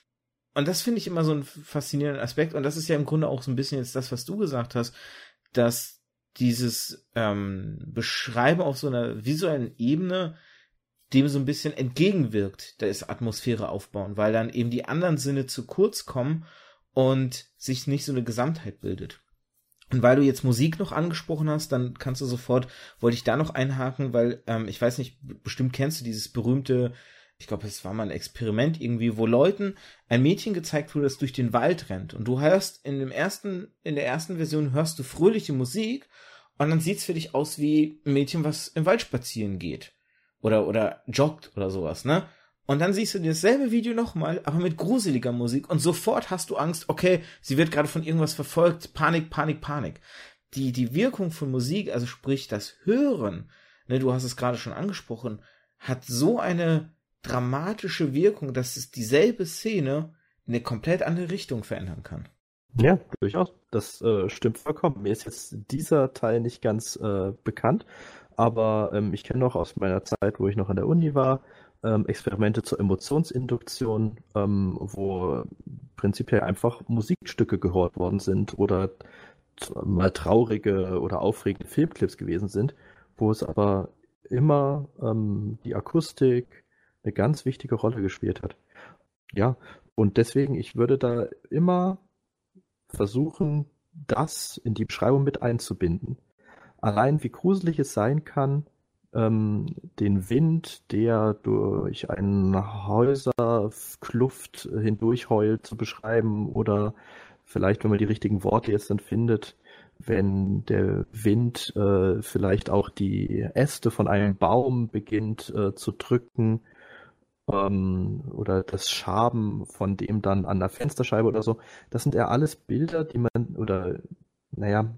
Und das finde ich immer so ein faszinierender Aspekt. Und das ist ja im Grunde auch so ein bisschen jetzt das, was du gesagt hast, dass dieses ähm, Beschreiben auf so einer visuellen Ebene dem so ein bisschen entgegenwirkt, da ist Atmosphäre aufbauen, weil dann eben die anderen Sinne zu kurz kommen und sich nicht so eine Gesamtheit bildet. Und weil du jetzt Musik noch angesprochen hast, dann kannst du sofort, wollte ich da noch einhaken, weil ähm, ich weiß nicht, bestimmt kennst du dieses berühmte, ich glaube, es war mal ein Experiment irgendwie, wo Leuten ein Mädchen gezeigt wurde, das durch den Wald rennt. Und du hörst in dem ersten, in der ersten Version hörst du fröhliche Musik und dann sieht's für dich aus wie ein Mädchen, was im Wald spazieren geht. Oder, oder joggt oder sowas, ne? Und dann siehst du dasselbe Video nochmal, aber mit gruseliger Musik und sofort hast du Angst, okay, sie wird gerade von irgendwas verfolgt, Panik, Panik, Panik. Die, die Wirkung von Musik, also sprich das Hören, ne, du hast es gerade schon angesprochen, hat so eine dramatische Wirkung, dass es dieselbe Szene in eine komplett andere Richtung verändern kann. Ja, durchaus. Das äh, stimmt vollkommen. Mir ist jetzt dieser Teil nicht ganz äh, bekannt, aber ähm, ich kenne noch aus meiner Zeit, wo ich noch an der Uni war, ähm, Experimente zur Emotionsinduktion, ähm, wo prinzipiell einfach Musikstücke gehört worden sind oder mal traurige oder aufregende Filmclips gewesen sind, wo es aber immer ähm, die Akustik eine ganz wichtige Rolle gespielt hat. Ja, und deswegen, ich würde da immer versuchen, das in die Beschreibung mit einzubinden. Allein wie gruselig es sein kann, ähm, den Wind, der durch eine Häuserkluft hindurch heult, zu beschreiben oder vielleicht, wenn man die richtigen Worte jetzt dann findet, wenn der Wind äh, vielleicht auch die Äste von einem Baum beginnt äh, zu drücken, ähm, oder das Schaben von dem dann an der Fensterscheibe oder so. Das sind ja alles Bilder, die man, oder naja,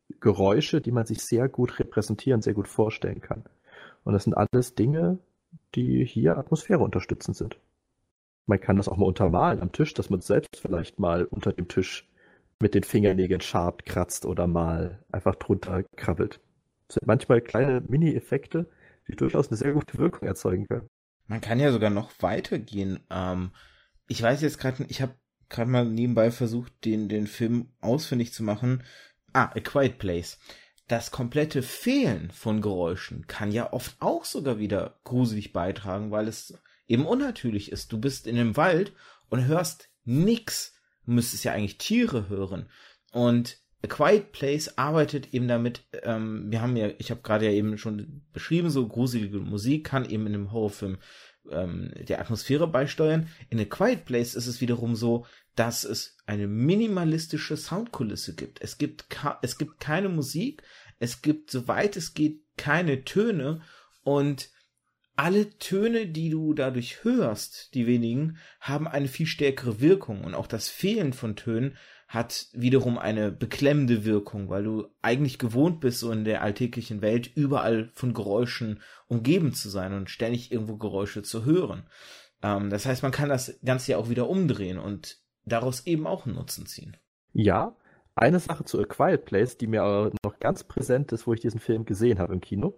Geräusche, die man sich sehr gut repräsentieren, sehr gut vorstellen kann. Und das sind alles Dinge, die hier Atmosphäre unterstützend sind. Man kann das auch mal untermalen am Tisch, dass man selbst vielleicht mal unter dem Tisch mit den Fingernägeln schabt, kratzt oder mal einfach drunter krabbelt. Das sind manchmal kleine Mini-Effekte, die durchaus eine sehr gute Wirkung erzeugen können. Man kann ja sogar noch weitergehen. Ähm, ich weiß jetzt gerade, ich habe gerade mal nebenbei versucht, den, den Film ausfindig zu machen. Ah, A Quiet Place. Das komplette Fehlen von Geräuschen kann ja oft auch sogar wieder gruselig beitragen, weil es eben unnatürlich ist. Du bist in einem Wald und hörst nix. Du müsstest ja eigentlich Tiere hören. Und A Quiet Place arbeitet eben damit, ähm, wir haben ja, ich habe gerade ja eben schon beschrieben, so gruselige Musik kann eben in einem Horrorfilm ähm, der Atmosphäre beisteuern. In A Quiet Place ist es wiederum so, dass es eine minimalistische Soundkulisse gibt. Es gibt, ka- es gibt keine Musik, es gibt, soweit es geht, keine Töne und alle Töne, die du dadurch hörst, die wenigen, haben eine viel stärkere Wirkung und auch das Fehlen von Tönen hat wiederum eine beklemmende Wirkung, weil du eigentlich gewohnt bist, so in der alltäglichen Welt überall von Geräuschen umgeben zu sein und ständig irgendwo Geräusche zu hören. Ähm, das heißt, man kann das Ganze ja auch wieder umdrehen und daraus eben auch einen Nutzen ziehen. Ja, eine Sache zu A Quiet Place, die mir aber noch ganz präsent ist, wo ich diesen Film gesehen habe im Kino.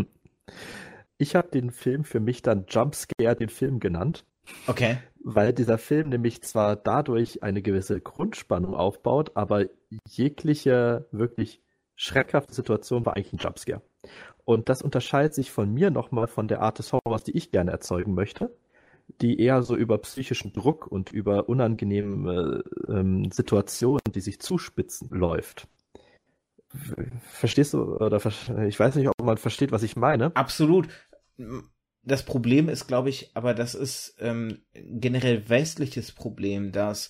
Ich habe den Film für mich dann Jumpscare den Film genannt. Okay. Weil dieser Film nämlich zwar dadurch eine gewisse Grundspannung aufbaut, aber jegliche wirklich schreckhafte Situation war eigentlich ein Jumpscare. Und das unterscheidet sich von mir nochmal von der Art des Horrors, die ich gerne erzeugen möchte, die eher so über psychischen Druck und über unangenehme ähm, Situationen, die sich zuspitzen, läuft. Verstehst du? Oder ich weiß nicht, ob man versteht, was ich meine. Absolut. Das Problem ist, glaube ich, aber das ist ähm, generell westliches Problem, dass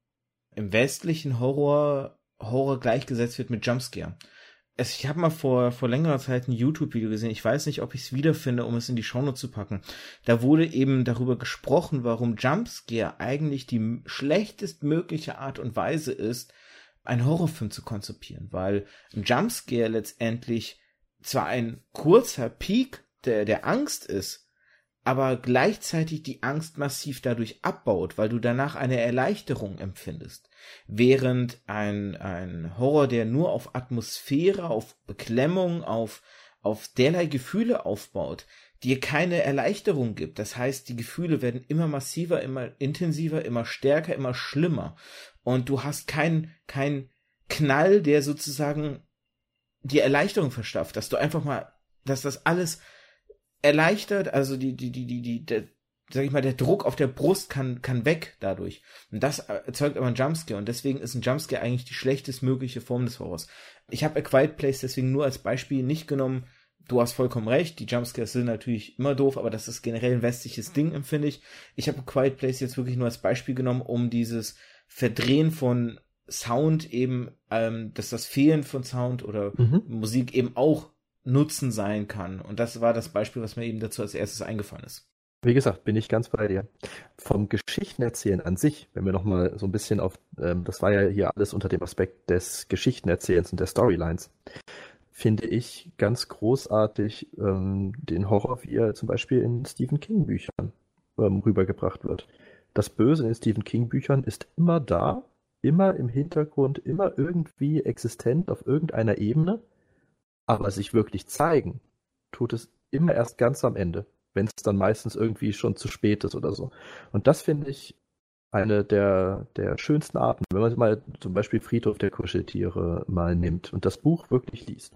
im westlichen Horror Horror gleichgesetzt wird mit Jumpscare. Es, ich habe mal vor vor längerer Zeit ein YouTube-Video gesehen, ich weiß nicht, ob ich es wiederfinde, um es in die Shownotes zu packen. Da wurde eben darüber gesprochen, warum Jumpscare eigentlich die schlechtestmögliche Art und Weise ist, einen Horrorfilm zu konzipieren, weil ein Jumpscare letztendlich zwar ein kurzer Peak der, der Angst ist, aber gleichzeitig die Angst massiv dadurch abbaut, weil du danach eine Erleichterung empfindest. Während ein, ein Horror, der nur auf Atmosphäre, auf Beklemmung, auf, auf derlei Gefühle aufbaut, dir keine Erleichterung gibt. Das heißt, die Gefühle werden immer massiver, immer intensiver, immer stärker, immer schlimmer. Und du hast keinen kein Knall, der sozusagen dir Erleichterung verschafft, dass du einfach mal, dass das alles erleichtert, also die, die, die, die, die, der, sag ich mal, der Druck auf der Brust kann, kann weg dadurch. Und das erzeugt aber einen Jumpscare und deswegen ist ein Jumpscare eigentlich die schlechtestmögliche Form des Horrors. Ich habe A Quiet Place deswegen nur als Beispiel nicht genommen. Du hast vollkommen recht, die Jumpscares sind natürlich immer doof, aber das ist generell ein westliches Ding, empfinde ich. Ich habe A Quiet Place jetzt wirklich nur als Beispiel genommen, um dieses Verdrehen von Sound eben, ähm, dass das Fehlen von Sound oder mhm. Musik eben auch Nutzen sein kann. Und das war das Beispiel, was mir eben dazu als erstes eingefallen ist. Wie gesagt, bin ich ganz bei dir. Vom Geschichtenerzählen an sich, wenn wir nochmal so ein bisschen auf, ähm, das war ja hier alles unter dem Aspekt des Geschichtenerzählens und der Storylines, finde ich ganz großartig ähm, den Horror, wie er zum Beispiel in Stephen King Büchern ähm, rübergebracht wird. Das Böse in den Stephen King Büchern ist immer da, immer im Hintergrund, immer irgendwie existent auf irgendeiner Ebene, aber sich wirklich zeigen, tut es immer erst ganz am Ende, wenn es dann meistens irgendwie schon zu spät ist oder so. Und das finde ich eine der, der schönsten Arten, wenn man mal zum Beispiel Friedhof der Kuscheltiere mal nimmt und das Buch wirklich liest.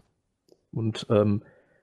Und ähm,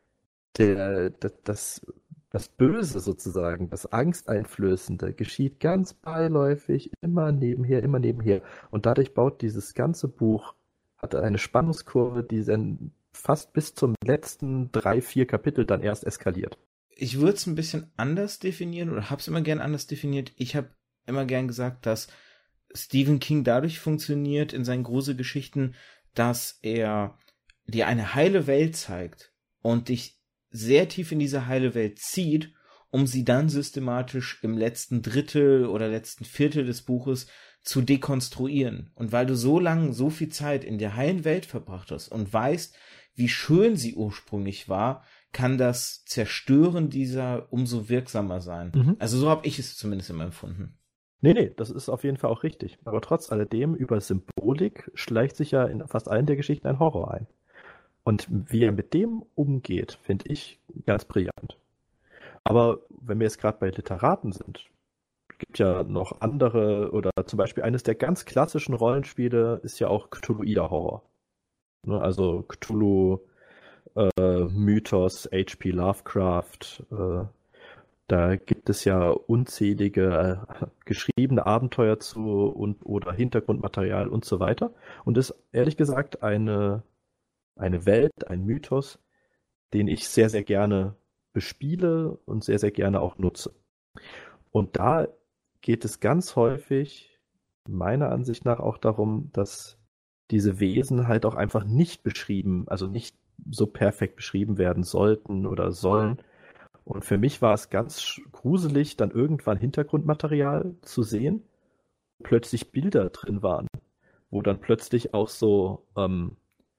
der, der, das, das Böse sozusagen, das Angsteinflößende geschieht ganz beiläufig, immer nebenher, immer nebenher. Und dadurch baut dieses ganze Buch, hat eine Spannungskurve, die dann fast bis zum letzten drei, vier Kapitel dann erst eskaliert. Ich würde es ein bisschen anders definieren oder habe es immer gern anders definiert. Ich habe immer gern gesagt, dass Stephen King dadurch funktioniert in seinen Gruselgeschichten, dass er dir eine heile Welt zeigt und dich sehr tief in diese heile Welt zieht, um sie dann systematisch im letzten Drittel oder letzten Viertel des Buches zu dekonstruieren. Und weil du so lange, so viel Zeit in der heilen Welt verbracht hast und weißt, wie schön sie ursprünglich war, kann das Zerstören dieser umso wirksamer sein. Mhm. Also so habe ich es zumindest immer empfunden. Nee, nee, das ist auf jeden Fall auch richtig. Aber trotz alledem, über Symbolik schleicht sich ja in fast allen der Geschichten ein Horror ein. Und wie er mit dem umgeht, finde ich ganz brillant. Aber wenn wir jetzt gerade bei Literaten sind, gibt ja noch andere, oder zum Beispiel eines der ganz klassischen Rollenspiele ist ja auch Cthulhuider Horror. Ne, also Cthulhu, äh, Mythos, H P Lovecraft, äh, da gibt es ja unzählige äh, geschriebene Abenteuer zu und oder Hintergrundmaterial und so weiter. Und ist ehrlich gesagt eine, eine Welt, ein Mythos, den ich sehr, sehr gerne bespiele und sehr, sehr gerne auch nutze. Und da geht es ganz häufig, meiner Ansicht nach, auch darum, dass diese Wesen halt auch einfach nicht beschrieben, also nicht so perfekt beschrieben werden sollten oder sollen. Und für mich war es ganz gruselig, dann irgendwann Hintergrundmaterial zu sehen, wo plötzlich Bilder drin waren, wo dann plötzlich auch so ähm,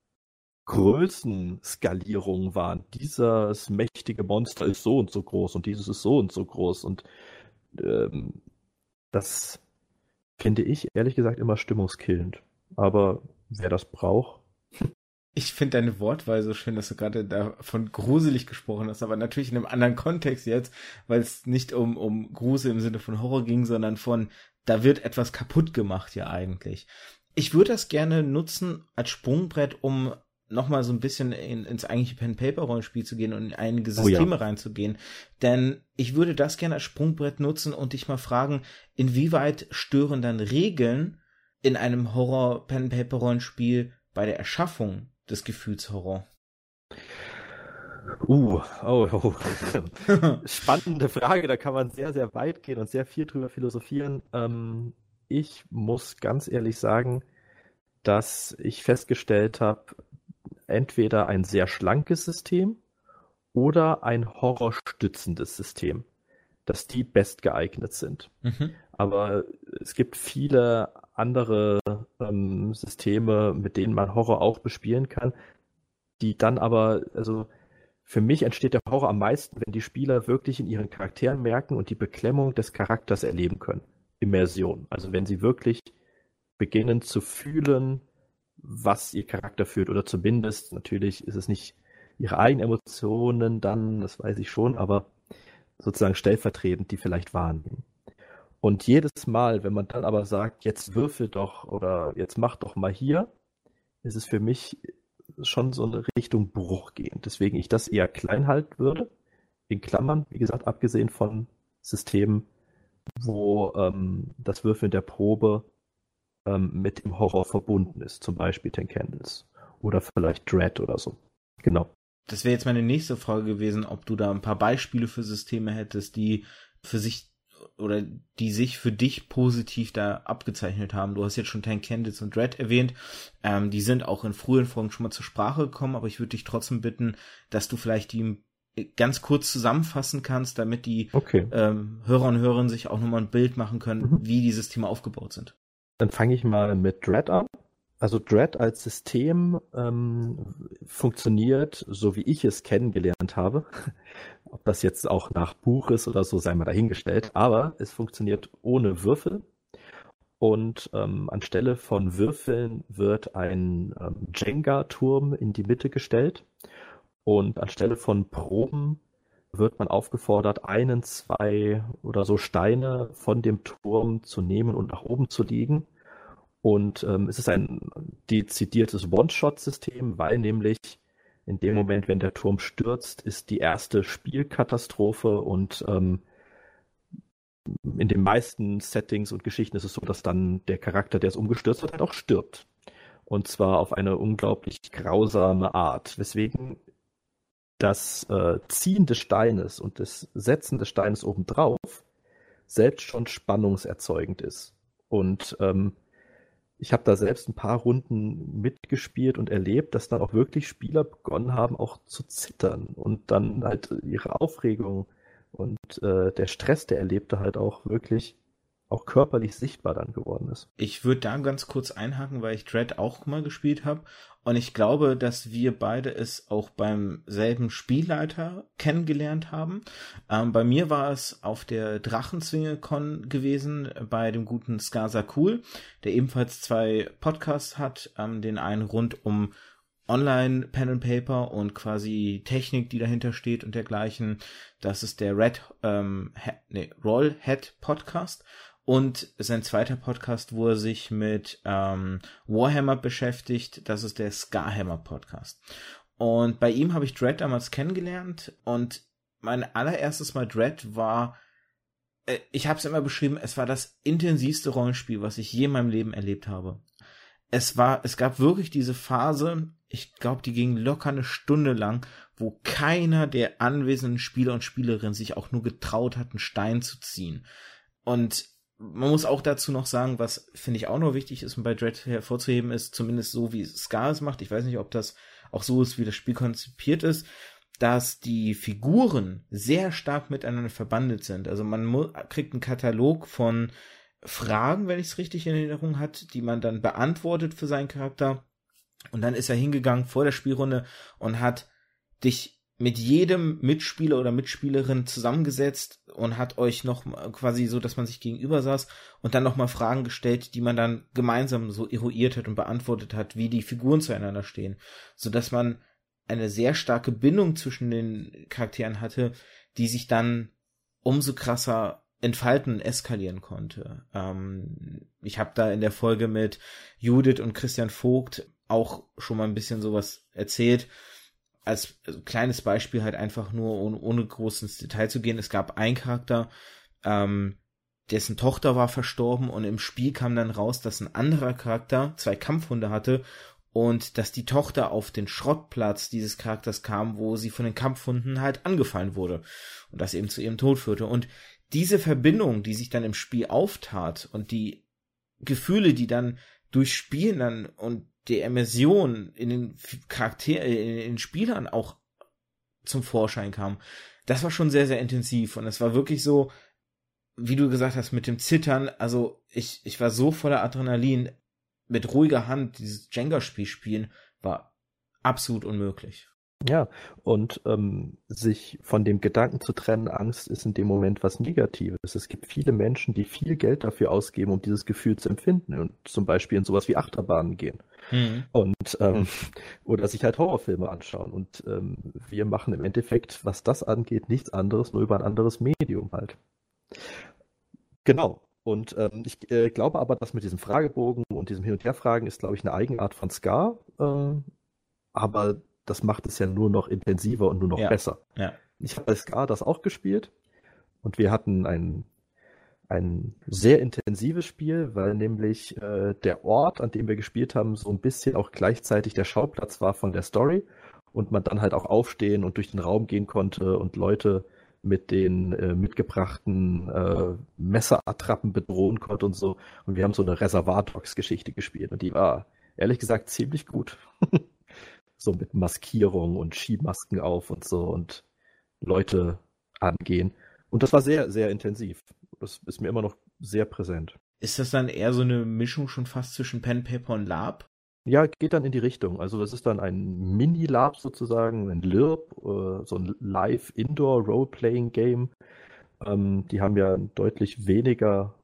Größenskalierungen waren. Dieses mächtige Monster ist so und so groß und dieses ist so und so groß. Und ähm, das finde ich ehrlich gesagt immer stimmungskillend. Aber wer das braucht. Ich finde deine Wortwahl so schön, dass du gerade da von gruselig gesprochen hast, aber natürlich in einem anderen Kontext jetzt, weil es nicht um, um Grusel im Sinne von Horror ging, sondern von, da wird etwas kaputt gemacht ja eigentlich. Ich würde das gerne nutzen als Sprungbrett, um nochmal so ein bisschen in, ins eigentliche Pen-Paper-Rollenspiel zu gehen und in einige Systeme oh ja. reinzugehen. Denn ich würde das gerne als Sprungbrett nutzen und dich mal fragen, inwieweit stören dann Regeln in einem Horror-Pen-Paper-Rollenspiel bei der Erschaffung des Gefühls Horror? Uh, oh, oh. Spannende Frage, da kann man sehr, sehr weit gehen und sehr viel drüber philosophieren. Ähm, ich muss ganz ehrlich sagen, dass ich festgestellt habe, entweder ein sehr schlankes System oder ein horrorstützendes System, dass die bestgeeignet sind. Mhm. Aber es gibt viele andere ähm, Systeme, mit denen man Horror auch bespielen kann, die dann aber, also für mich entsteht der Horror am meisten, wenn die Spieler wirklich in ihren Charakteren merken und die Beklemmung des Charakters erleben können. Immersion. Also wenn sie wirklich beginnen zu fühlen, was ihr Charakter fühlt, oder zumindest, natürlich ist es nicht ihre eigenen Emotionen dann, das weiß ich schon, aber sozusagen stellvertretend die vielleicht wahrnehmen. Und jedes Mal, wenn man dann aber sagt, jetzt würfel doch oder jetzt mach doch mal hier, ist es für mich schon so eine Richtung Bruch gehend. Deswegen ich das eher klein halten würde, in Klammern, wie gesagt, abgesehen von Systemen, wo ähm, das Würfeln der Probe ähm, mit dem Horror verbunden ist, zum Beispiel Ten Candles oder vielleicht Dread oder so. Genau. Das wäre jetzt meine nächste Frage gewesen, ob du da ein paar Beispiele für Systeme hättest, die für sich oder die sich für dich positiv da abgezeichnet haben. Du hast jetzt schon Ten Candles und Dread erwähnt. Ähm, die sind auch in früheren Folgen schon mal zur Sprache gekommen, aber ich würde dich trotzdem bitten, dass du vielleicht die ganz kurz zusammenfassen kannst, damit die okay. ähm, Hörer und Hörerinnen sich auch nochmal ein Bild machen können, mhm. wie die Systeme aufgebaut sind. Dann fange ich mal mit Dread an. Also Dread als System ähm, funktioniert, so wie ich es kennengelernt habe. Ob das jetzt auch nach Buch ist oder so, sei mal dahingestellt. Aber es funktioniert ohne Würfel. Und ähm, anstelle von Würfeln wird ein ähm, Jenga-Turm in die Mitte gestellt. Und anstelle von Proben wird man aufgefordert, einen, zwei oder so Steine von dem Turm zu nehmen und nach oben zu legen. Und ähm, es ist ein dezidiertes One-Shot-System, weil nämlich in dem Moment, wenn der Turm stürzt, ist die erste Spielkatastrophe und ähm, in den meisten Settings und Geschichten ist es so, dass dann der Charakter, der es umgestürzt hat, halt auch stirbt. Und zwar auf eine unglaublich grausame Art, weswegen das äh, Ziehen des Steines und das Setzen des Steines obendrauf selbst schon spannungserzeugend ist. Und ähm, ich habe da selbst ein paar Runden mitgespielt und erlebt, dass dann auch wirklich Spieler begonnen haben, auch zu zittern und dann halt ihre Aufregung und äh, der Stress, der Erlebte, halt auch wirklich auch körperlich sichtbar dann geworden ist. Ich würde da ganz kurz einhaken, weil ich Dread auch mal gespielt habe und ich glaube, dass wir beide es auch beim selben Spielleiter kennengelernt haben. Ähm, bei mir war es auf der Drachenzwinge-Con gewesen, bei dem guten Skasa Cool, der ebenfalls zwei Podcasts hat, ähm, den einen rund um Online Pen and Paper und quasi Technik, die dahinter steht und dergleichen. Das ist der Red ähm, He- nee, Roll Head Podcast. Und sein zweiter Podcast, wo er sich mit ähm, Warhammer beschäftigt, das ist der Scarhammer Podcast. Und bei ihm habe ich Dread damals kennengelernt und mein allererstes Mal Dread war, äh, ich habe es immer beschrieben, es war das intensivste Rollenspiel, was ich je in meinem Leben erlebt habe. Es war, es gab wirklich diese Phase, ich glaube, die ging locker eine Stunde lang, wo keiner der anwesenden Spieler und Spielerinnen sich auch nur getraut hat, einen Stein zu ziehen. Und man muss auch dazu noch sagen, was finde ich auch noch wichtig ist, um bei Dread hervorzuheben, ist zumindest so, wie Scar es macht. Ich weiß nicht, ob das auch so ist, wie das Spiel konzipiert ist, dass die Figuren sehr stark miteinander verbandelt sind. Also man mu- kriegt einen Katalog von Fragen, wenn ich es richtig in Erinnerung hat, die man dann beantwortet für seinen Charakter. Und dann ist er hingegangen vor der Spielrunde und hat dich mit jedem Mitspieler oder Mitspielerin zusammengesetzt und hat euch noch quasi so, dass man sich gegenüber saß und dann nochmal Fragen gestellt, die man dann gemeinsam so eruiert hat und beantwortet hat, wie die Figuren zueinander stehen, sodass man eine sehr starke Bindung zwischen den Charakteren hatte, die sich dann umso krasser entfalten und eskalieren konnte. Ähm, ich habe da in der Folge mit Judith und Christian Vogt auch schon mal ein bisschen sowas erzählt, als kleines Beispiel halt einfach nur, ohne, ohne groß ins Detail zu gehen. Es gab einen Charakter, ähm, dessen Tochter war verstorben und im Spiel kam dann raus, dass ein anderer Charakter zwei Kampfhunde hatte und dass die Tochter auf den Schrottplatz dieses Charakters kam, wo sie von den Kampfhunden halt angefallen wurde und das eben zu ihrem Tod führte. Und diese Verbindung, die sich dann im Spiel auftat und die Gefühle, die dann durch Spielen dann und die Immersion in den Charakteren, in den Spielern auch zum Vorschein kam, das war schon sehr, sehr intensiv und es war wirklich so, wie du gesagt hast, mit dem Zittern, also ich, ich war so voller Adrenalin, mit ruhiger Hand dieses Jenga-Spiel spielen, war absolut unmöglich. Ja, und ähm, sich von dem Gedanken zu trennen, Angst ist in dem Moment was Negatives. Es gibt viele Menschen, die viel Geld dafür ausgeben, um dieses Gefühl zu empfinden und zum Beispiel in sowas wie Achterbahnen gehen. Mhm. Und ähm, oder sich halt Horrorfilme anschauen. Und ähm, wir machen im Endeffekt, was das angeht, nichts anderes, nur über ein anderes Medium halt. Genau. Und ähm, ich äh, glaube aber, dass mit diesem Fragebogen und diesem Hin- und Herfragen ist, glaube ich, eine Eigenart von Scar. Äh, aber das macht es ja nur noch intensiver und nur noch ja. besser. Ja. Ich habe bei Scar das auch gespielt und wir hatten ein, ein sehr intensives Spiel, weil nämlich äh, der Ort, an dem wir gespielt haben, so ein bisschen auch gleichzeitig der Schauplatz war von der Story und man dann halt auch aufstehen und durch den Raum gehen konnte und Leute mit den äh, mitgebrachten äh, Messerattrappen bedrohen konnte und so. Und wir haben so eine Reservoir-Dogs-Geschichte gespielt und die war ehrlich gesagt ziemlich gut. So mit Maskierung und Skimasken auf und so und Leute angehen. Und das war sehr, sehr intensiv. Das ist mir immer noch sehr präsent. Ist das dann eher so eine Mischung schon fast zwischen Pen, Paper und Lab? Ja, geht dann in die Richtung. Also das ist dann ein Mini-Lab sozusagen, ein L I R P, äh, so ein Live-Indoor-Role-Playing-Game. Ähm, die haben ja deutlich weniger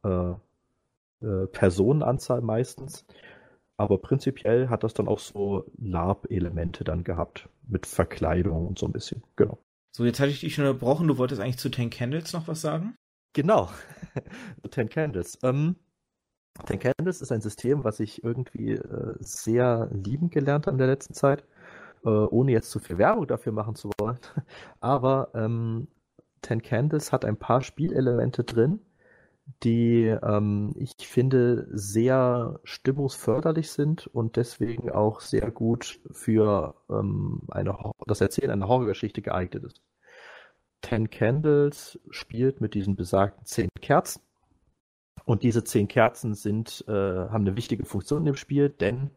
äh, äh, Personenanzahl meistens. Aber prinzipiell hat das dann auch so Lab-Elemente dann gehabt. Mit Verkleidung und so ein bisschen. Genau. So, jetzt hatte ich dich schon unterbrochen. Du wolltest eigentlich zu Ten Candles noch was sagen? Genau. Ten Candles. Ähm, Ten Candles ist ein System, was ich irgendwie äh, sehr lieben gelernt habe in der letzten Zeit. Äh, ohne jetzt zu viel Werbung dafür machen zu wollen. Aber ähm, Ten Candles hat ein paar Spielelemente drin, die ähm, ich finde sehr stimmungsförderlich sind und deswegen auch sehr gut für ähm, eine, das Erzählen einer Horrorgeschichte geeignet ist. Ten Candles spielt mit diesen besagten zehn Kerzen und diese zehn Kerzen sind, äh, haben eine wichtige Funktion im Spiel, denn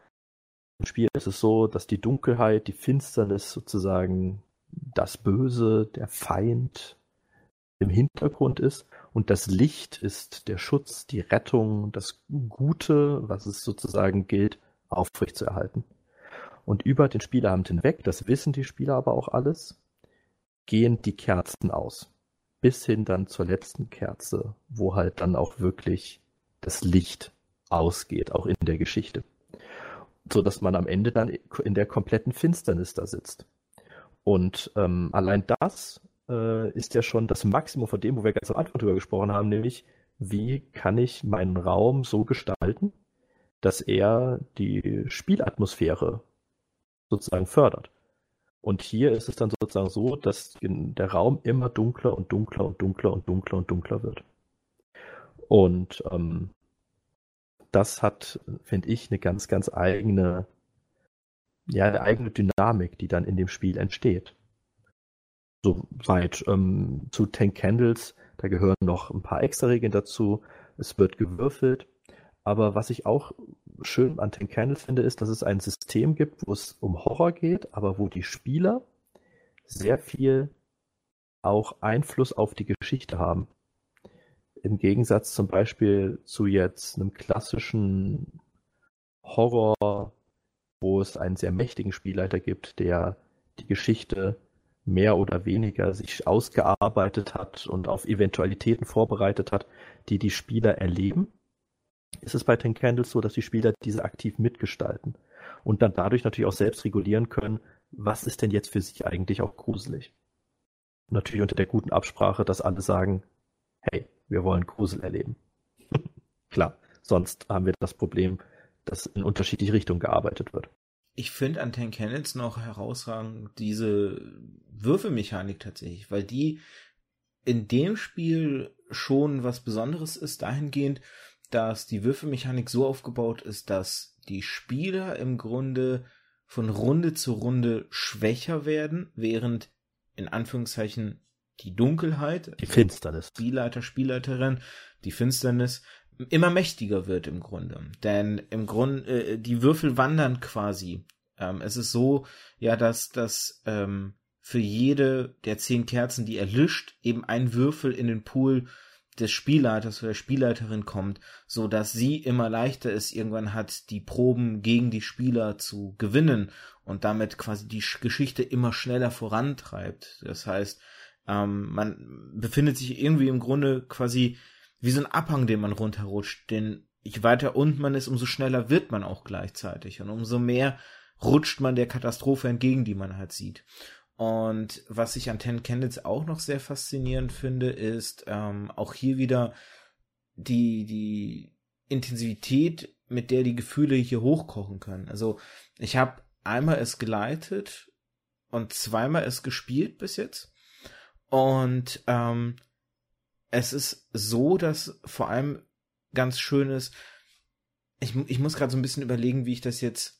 im Spiel ist es so, dass die Dunkelheit, die Finsternis sozusagen das Böse, der Feind im Hintergrund ist Und das Licht ist der Schutz, die Rettung, das Gute, was es sozusagen gilt, aufrechtzuerhalten. Und über den Spieleabend hinweg, das wissen die Spieler aber auch alles, gehen die Kerzen aus. Bis hin dann zur letzten Kerze, wo halt dann auch wirklich das Licht ausgeht, auch in der Geschichte. So dass man am Ende dann in der kompletten Finsternis da sitzt. Und ähm, allein das äh, ist ja schon das Maximum von dem, wo wir ganz am Anfang drüber gesprochen haben, nämlich wie kann ich meinen Raum so gestalten, dass er die Spielatmosphäre sozusagen fördert. Und hier ist es dann sozusagen so, dass der Raum immer dunkler und dunkler und dunkler und dunkler und dunkler wird. Und ähm, das hat, finde ich, eine ganz, ganz eigene, ja, eine eigene Dynamik, die dann in dem Spiel entsteht. Soweit ähm, zu Ten Candles, da gehören noch ein paar extra Regeln dazu. Es wird gewürfelt. Aber was ich auch schön an Ten Candles finde, ist, dass es ein System gibt, wo es um Horror geht, aber wo die Spieler sehr viel auch Einfluss auf die Geschichte haben. Im Gegensatz zum Beispiel zu jetzt einem klassischen Horror, wo es einen sehr mächtigen Spielleiter gibt, der die Geschichte mehr oder weniger sich ausgearbeitet hat und auf Eventualitäten vorbereitet hat, die die Spieler erleben. Ist es bei Ten Candles so, dass die Spieler diese aktiv mitgestalten und dann dadurch natürlich auch selbst regulieren können, was ist denn jetzt für sie eigentlich auch gruselig. Und natürlich unter der guten Absprache, dass alle sagen, hey, wir wollen Grusel erleben. Klar, sonst haben wir das Problem, dass in unterschiedliche Richtungen gearbeitet wird. Ich finde an Ten Candles noch herausragend diese Würfelmechanik tatsächlich, weil die in dem Spiel schon was Besonderes ist, dahingehend, dass die Würfelmechanik so aufgebaut ist, dass die Spieler im Grunde von Runde zu Runde schwächer werden, während in Anführungszeichen die Dunkelheit, die Finsternis, Spielleiter, Spielleiterin, die Finsternis immer mächtiger wird im Grunde. Denn im Grunde, äh, die Würfel wandern quasi. Ähm, es ist so, ja, dass, dass ähm, für jede der zehn Kerzen, die erlischt, eben ein Würfel in den Pool des Spielleiters oder der Spielleiterin kommt, so dass sie immer leichter es irgendwann hat, die Proben gegen die Spieler zu gewinnen und damit quasi die Geschichte immer schneller vorantreibt. Das heißt, ähm, man befindet sich irgendwie im Grunde quasi wie so ein Abhang, den man runterrutscht, denn je weiter unten man ist, umso schneller wird man auch gleichzeitig und umso mehr rutscht man der Katastrophe entgegen, die man halt sieht. Und was ich an Ten Candles auch noch sehr faszinierend finde, ist ähm, auch hier wieder die, die Intensivität, mit der die Gefühle hier hochkochen können. Also ich habe einmal es geleitet und zweimal es gespielt bis jetzt. Und ähm, es ist so, dass vor allem ganz schön ist, ich, ich muss gerade so ein bisschen überlegen, wie ich das jetzt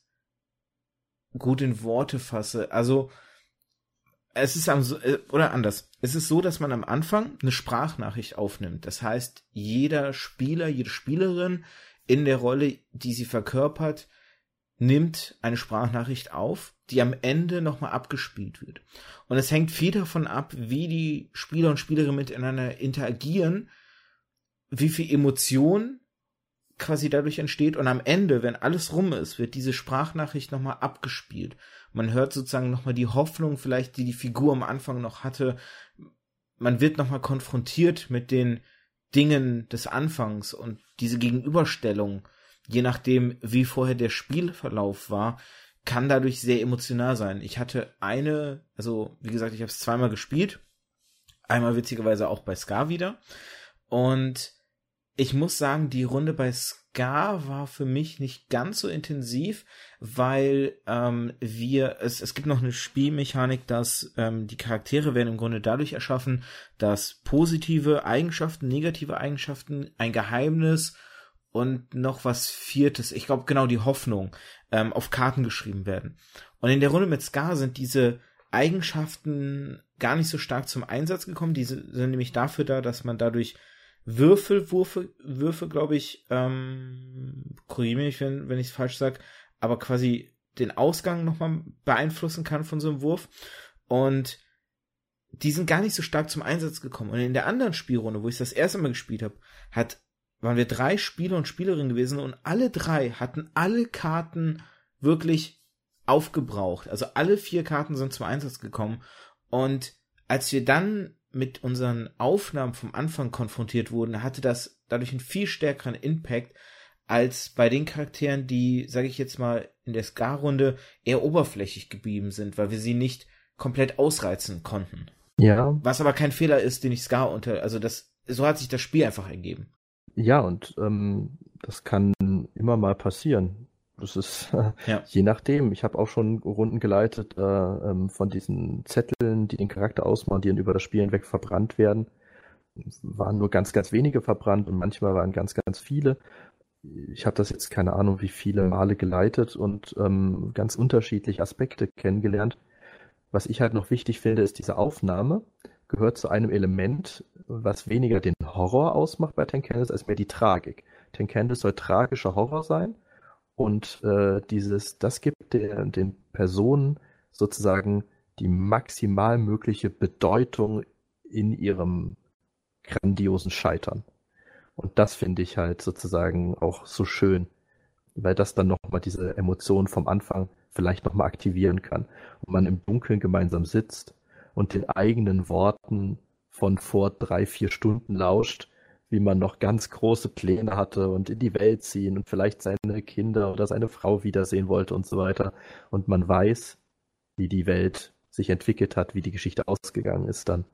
gut in Worte fasse. Also es ist am, oder anders. Es ist so, dass man am Anfang eine Sprachnachricht aufnimmt. Das heißt, jeder Spieler, jede Spielerin in der Rolle, die sie verkörpert, nimmt eine Sprachnachricht auf, die am Ende nochmal abgespielt wird. Und es hängt viel davon ab, wie die Spieler und Spielerinnen miteinander interagieren, wie viel Emotion quasi dadurch entsteht. Und am Ende, wenn alles rum ist, wird diese Sprachnachricht nochmal abgespielt. Man hört sozusagen nochmal die Hoffnung vielleicht, die die Figur am Anfang noch hatte. Man wird nochmal konfrontiert mit den Dingen des Anfangs und diese Gegenüberstellung, je nachdem, wie vorher der Spielverlauf war, kann dadurch sehr emotional sein. Ich hatte eine, also wie gesagt, ich habe es zweimal gespielt, einmal witzigerweise auch bei Scar wieder und ich muss sagen, die Runde bei Scar war für mich nicht ganz so intensiv, weil ähm, wir, es, es gibt noch eine Spielmechanik, dass ähm, die Charaktere werden im Grunde dadurch erschaffen, dass positive Eigenschaften, negative Eigenschaften, ein Geheimnis und noch was Viertes, ich glaube genau die Hoffnung, ähm, auf Karten geschrieben werden. Und in der Runde mit Scar sind diese Eigenschaften gar nicht so stark zum Einsatz gekommen. Diese sind nämlich dafür da, dass man dadurch Würfelwürfe, Würfe, glaube ich, ähm, korrigiere mich, wenn, wenn ich es falsch sage, aber quasi den Ausgang nochmal beeinflussen kann von so einem Wurf. Und die sind gar nicht so stark zum Einsatz gekommen. Und in der anderen Spielrunde, wo ich das erste Mal gespielt habe, hat, waren wir drei Spieler und Spielerinnen gewesen und alle drei hatten alle Karten wirklich aufgebraucht. Also alle vier Karten sind zum Einsatz gekommen. Und als wir dann mit unseren Aufnahmen vom Anfang konfrontiert wurden, hatte das dadurch einen viel stärkeren Impact als bei den Charakteren, die, sage ich jetzt mal, in der Scar-Runde eher oberflächlich geblieben sind, weil wir sie nicht komplett ausreizen konnten. Ja. Was aber kein Fehler ist, den ich Scar unter, also das, so hat sich das Spiel einfach ergeben. Ja, und ähm, das kann immer mal passieren. Das ist äh, Ja. je nachdem. Ich habe auch schon Runden geleitet äh, ähm, von diesen Zetteln, die den Charakter ausmachen, die dann über das Spiel hinweg verbrannt werden. Es waren nur ganz, ganz wenige verbrannt und manchmal waren ganz, ganz viele. Ich habe das jetzt keine Ahnung, wie viele Male geleitet und ähm, ganz unterschiedliche Aspekte kennengelernt. Was ich halt noch wichtig finde, ist diese Aufnahme gehört zu einem Element, was weniger den Horror ausmacht bei Ten Candles, als mehr die Tragik. Ten Candles soll tragischer Horror sein und äh, dieses, das gibt der, den Personen sozusagen die maximal mögliche Bedeutung in ihrem grandiosen Scheitern. Und das finde ich halt sozusagen auch so schön, weil das dann nochmal diese Emotionen vom Anfang vielleicht nochmal aktivieren kann. Und man im Dunkeln gemeinsam sitzt und den eigenen Worten von vor drei, vier Stunden lauscht, wie man noch ganz große Pläne hatte und in die Welt ziehen und vielleicht seine Kinder oder seine Frau wiedersehen wollte und so weiter. Und man weiß, wie die Welt sich entwickelt hat, wie die Geschichte ausgegangen ist dann.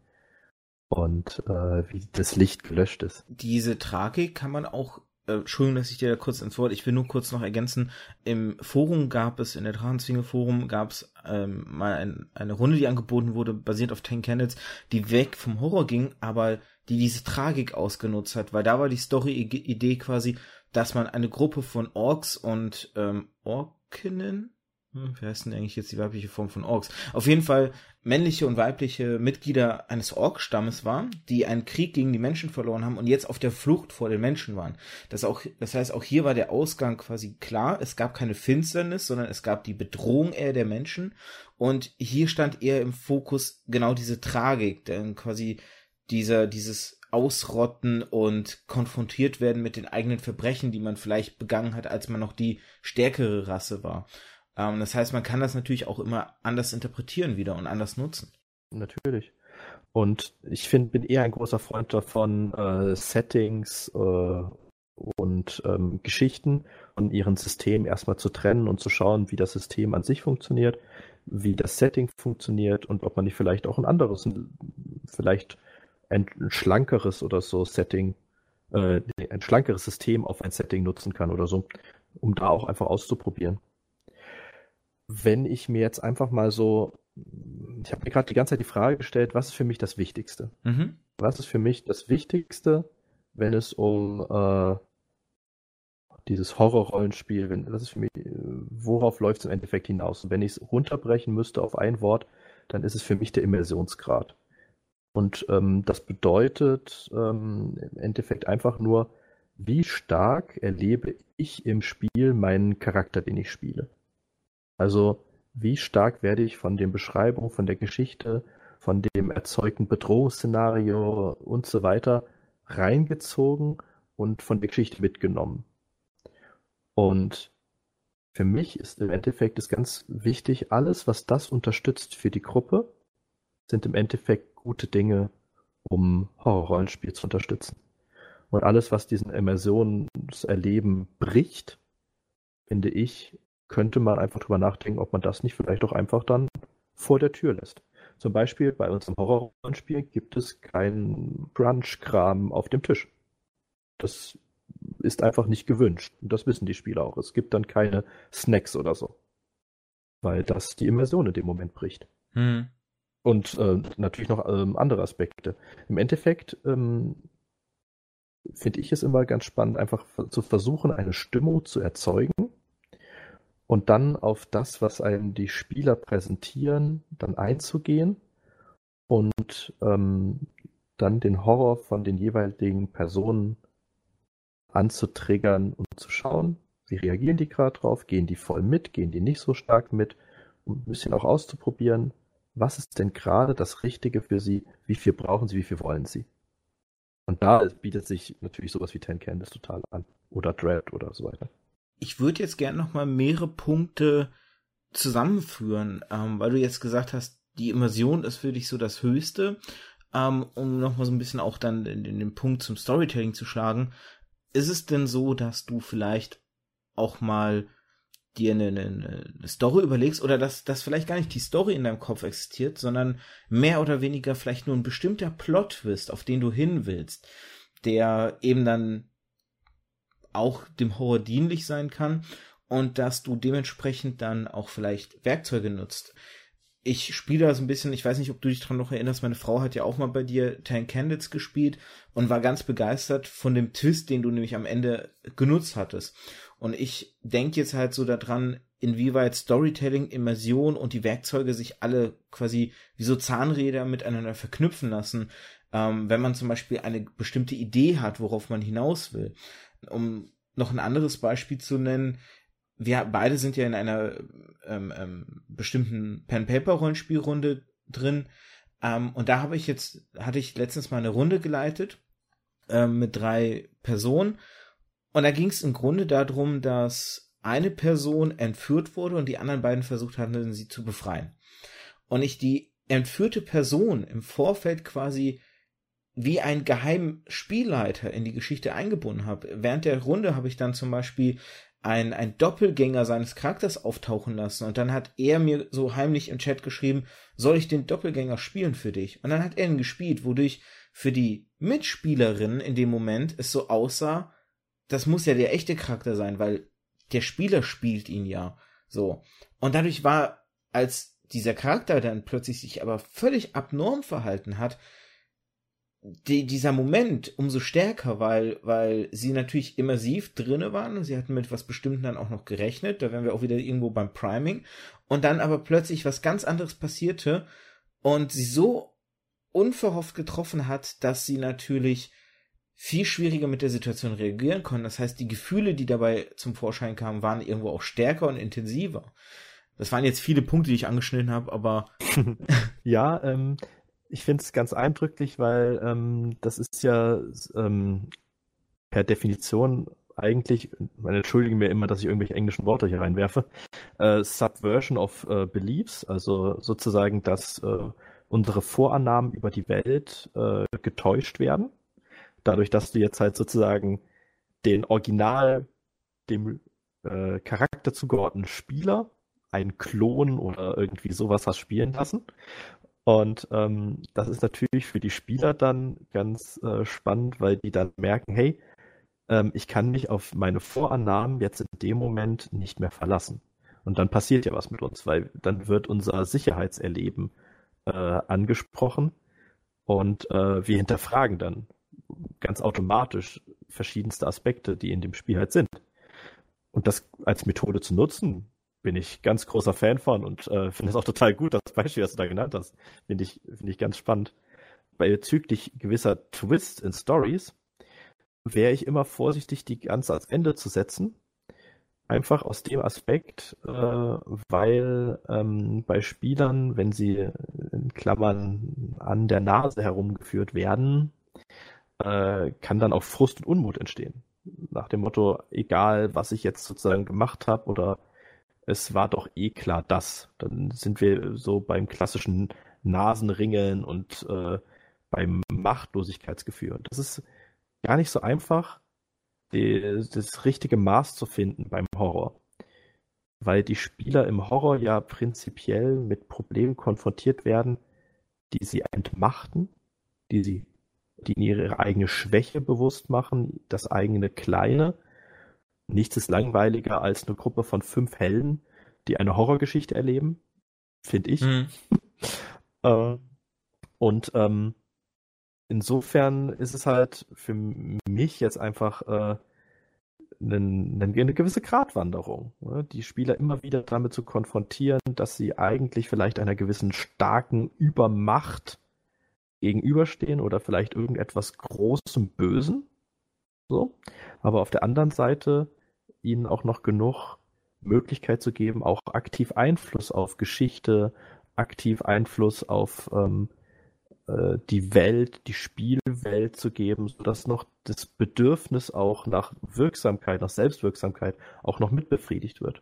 Und äh, wie das Licht gelöscht ist. Diese Tragik kann man auch, äh, Entschuldigung, dass ich dir da kurz ins Wort, ich will nur kurz noch ergänzen, im Forum gab es, in der Drachenzwinge-Forum gab es ähm, mal ein, eine Runde, die angeboten wurde, basiert auf Ten Candles, die weg vom Horror ging, aber die diese Tragik ausgenutzt hat, weil da war die Story-Idee quasi, dass man eine Gruppe von Orks und ähm, Orkinnen, hm, wie heißt denn eigentlich jetzt die weibliche Form von Orks? Auf jeden Fall männliche und weibliche Mitglieder eines Ork-Stammes waren, die einen Krieg gegen die Menschen verloren haben und jetzt auf der Flucht vor den Menschen waren. Das, auch, das heißt, auch hier war der Ausgang quasi klar. Es gab keine Finsternis, sondern es gab die Bedrohung eher der Menschen. Und hier stand eher im Fokus genau diese Tragik, denn quasi dieser, dieses Ausrotten und konfrontiert werden mit den eigenen Verbrechen, die man vielleicht begangen hat, als man noch die stärkere Rasse war. Um, das heißt, man kann das natürlich auch immer anders interpretieren wieder und anders nutzen. Natürlich. Und ich finde, bin eher ein großer Freund davon, äh, Settings äh, und ähm, Geschichten und ihren Systemen erstmal zu trennen und zu schauen, wie das System an sich funktioniert, wie das Setting funktioniert und ob man nicht vielleicht auch ein anderes, vielleicht ein schlankeres oder so Setting, äh, ein schlankeres System auf ein Setting nutzen kann oder so, um da auch einfach auszuprobieren. Wenn ich mir jetzt einfach mal so, ich habe mir gerade die ganze Zeit die Frage gestellt, was ist für mich das Wichtigste? Mhm. Was ist für mich das Wichtigste, wenn es um äh, dieses Horror-Rollenspiel, wenn, das ist für mich, worauf läuft es im Endeffekt hinaus? Und wenn ich es runterbrechen müsste auf ein Wort, dann ist es für mich der Immersionsgrad. Und ähm, das bedeutet ähm, im Endeffekt einfach nur, wie stark erlebe ich im Spiel meinen Charakter, den ich spiele. Also wie stark werde ich von den Beschreibungen, von der Geschichte, von dem erzeugten Bedrohungsszenario und so weiter reingezogen und von der Geschichte mitgenommen. Und für mich ist im Endeffekt ist ganz wichtig, alles, was das unterstützt für die Gruppe, sind im Endeffekt gute Dinge, um Horror-Rollenspiel zu unterstützen. Und alles, was diesen Immersionserleben bricht, finde ich, könnte man einfach drüber nachdenken, ob man das nicht vielleicht auch einfach dann vor der Tür lässt. Zum Beispiel bei unserem Horror-Rollenspiel gibt es keinen Brunch-Kram auf dem Tisch. Das ist einfach nicht gewünscht. Und das wissen die Spieler auch. Es gibt dann keine Snacks oder so. Weil das die Immersion in dem Moment bricht. Hm. Und äh, natürlich noch ähm, andere Aspekte. Im Endeffekt ähm, finde ich es immer ganz spannend, einfach zu versuchen, eine Stimmung zu erzeugen, und dann auf das, was einem die Spieler präsentieren, dann einzugehen und ähm, dann den Horror von den jeweiligen Personen anzutriggern und zu schauen, wie reagieren die gerade drauf, gehen die voll mit, gehen die nicht so stark mit, um ein bisschen auch auszuprobieren, was ist denn gerade das Richtige für sie, wie viel brauchen sie, wie viel wollen sie. Und da bietet sich natürlich sowas wie Ten Candles total an. Oder Dread oder so weiter. Ich würde jetzt gerne nochmal mehrere Punkte zusammenführen, ähm, weil du jetzt gesagt hast, die Immersion ist für dich so das Höchste, ähm, um nochmal so ein bisschen auch dann in, in den Punkt zum Storytelling zu schlagen. Ist es denn so, dass du vielleicht auch mal dir eine, eine, eine Story überlegst oder dass, dass vielleicht gar nicht die Story in deinem Kopf existiert, sondern mehr oder weniger vielleicht nur ein bestimmter Plot-Twist, auf den du hin willst, der eben dann auch dem Horror dienlich sein kann und dass du dementsprechend dann auch vielleicht Werkzeuge nutzt. Ich spiele da so ein bisschen, ich weiß nicht, ob du dich daran noch erinnerst, meine Frau hat ja auch mal bei dir Ten Candles gespielt und war ganz begeistert von dem Twist, den du nämlich am Ende genutzt hattest. Und ich denke jetzt halt so daran, inwieweit Storytelling, Immersion und die Werkzeuge sich alle quasi wie so Zahnräder miteinander verknüpfen lassen, ähm, wenn man zum Beispiel eine bestimmte Idee hat, worauf man hinaus will. Um noch ein anderes Beispiel zu nennen, wir beide sind ja in einer ähm, ähm, bestimmten Pen-Paper-Rollenspielrunde drin, ähm, und da habe ich jetzt, hatte ich letztens mal eine Runde geleitet ähm, mit drei Personen, und da ging es im Grunde darum, dass eine Person entführt wurde und die anderen beiden versucht hatten, sie zu befreien. Und ich die entführte Person im Vorfeld quasi wie ein Geheimspielleiter in die Geschichte eingebunden habe. Während der Runde habe ich dann zum Beispiel ein, ein Doppelgänger seines Charakters auftauchen lassen und dann hat er mir so heimlich im Chat geschrieben, soll ich den Doppelgänger spielen für dich? Und dann hat er ihn gespielt, wodurch für die Mitspielerin in dem Moment es so aussah, das muss ja der echte Charakter sein, weil der Spieler spielt ihn ja. So. Und dadurch war, als dieser Charakter dann plötzlich sich aber völlig abnorm verhalten hat, die, dieser Moment umso stärker, weil, weil sie natürlich immersiv drinne waren und sie hatten mit was Bestimmten dann auch noch gerechnet, da wären wir auch wieder irgendwo beim Priming, und dann aber plötzlich was ganz anderes passierte und sie so unverhofft getroffen hat, dass sie natürlich viel schwieriger mit der Situation reagieren konnten. Das heißt, die Gefühle, die dabei zum Vorschein kamen, waren irgendwo auch stärker und intensiver. Das waren jetzt viele Punkte, die ich angeschnitten habe, aber ja, ähm, ich finde es ganz eindrücklich, weil ähm, das ist ja ähm, per Definition eigentlich, man entschuldige mir immer, dass ich irgendwelche englischen Worte hier reinwerfe, äh, Subversion of äh, Beliefs, also sozusagen, dass äh, unsere Vorannahmen über die Welt äh, getäuscht werden. Dadurch, dass du jetzt halt sozusagen den Original, dem äh, Charakter zugeordneten Spieler, einen Klon oder irgendwie sowas hast spielen lassen. Und ähm, das ist natürlich für die Spieler dann ganz äh, spannend, weil die dann merken, hey, ähm, ich kann mich auf meine Vorannahmen jetzt in dem Moment nicht mehr verlassen. Und dann passiert ja was mit uns, weil dann wird unser Sicherheitserleben äh, angesprochen und äh, wir hinterfragen dann ganz automatisch verschiedenste Aspekte, die in dem Spiel halt sind. Und das als Methode zu nutzen, bin ich ganz großer Fan von und äh, finde es auch total gut, das Beispiel, das du da genannt hast. Finde ich, finde ich ganz spannend. Bezüglich gewisser Twists in Stories wäre ich immer vorsichtig, die ganz ans Ende zu setzen. Einfach aus dem Aspekt, äh, weil ähm, bei Spielern, wenn sie in Klammern an der Nase herumgeführt werden, äh, kann dann auch Frust und Unmut entstehen. Nach dem Motto, egal was ich jetzt sozusagen gemacht habe oder es war doch eh klar das. Dann sind wir so beim klassischen Nasenringeln und äh, beim Machtlosigkeitsgefühl. Und das ist gar nicht so einfach, die, das richtige Maß zu finden beim Horror. Weil die Spieler im Horror ja prinzipiell mit Problemen konfrontiert werden, die sie entmachten, die sie, die ihnen ihre eigene Schwäche bewusst machen, das eigene Kleine. Nichts ist langweiliger als eine Gruppe von fünf Helden, die eine Horrorgeschichte erleben, finde ich. Mhm. äh, und ähm, insofern ist es halt für mich jetzt einfach äh, eine, eine gewisse Gratwanderung, ne? Die Spieler immer wieder damit zu konfrontieren, dass sie eigentlich vielleicht einer gewissen starken Übermacht gegenüberstehen oder vielleicht irgendetwas Großem Bösen. So. Aber auf der anderen Seite ihnen auch noch genug Möglichkeit zu geben, auch aktiv Einfluss auf Geschichte, aktiv Einfluss auf ähm, äh, die Welt, die Spielwelt zu geben, sodass noch das Bedürfnis auch nach Wirksamkeit, nach Selbstwirksamkeit auch noch mitbefriedigt wird.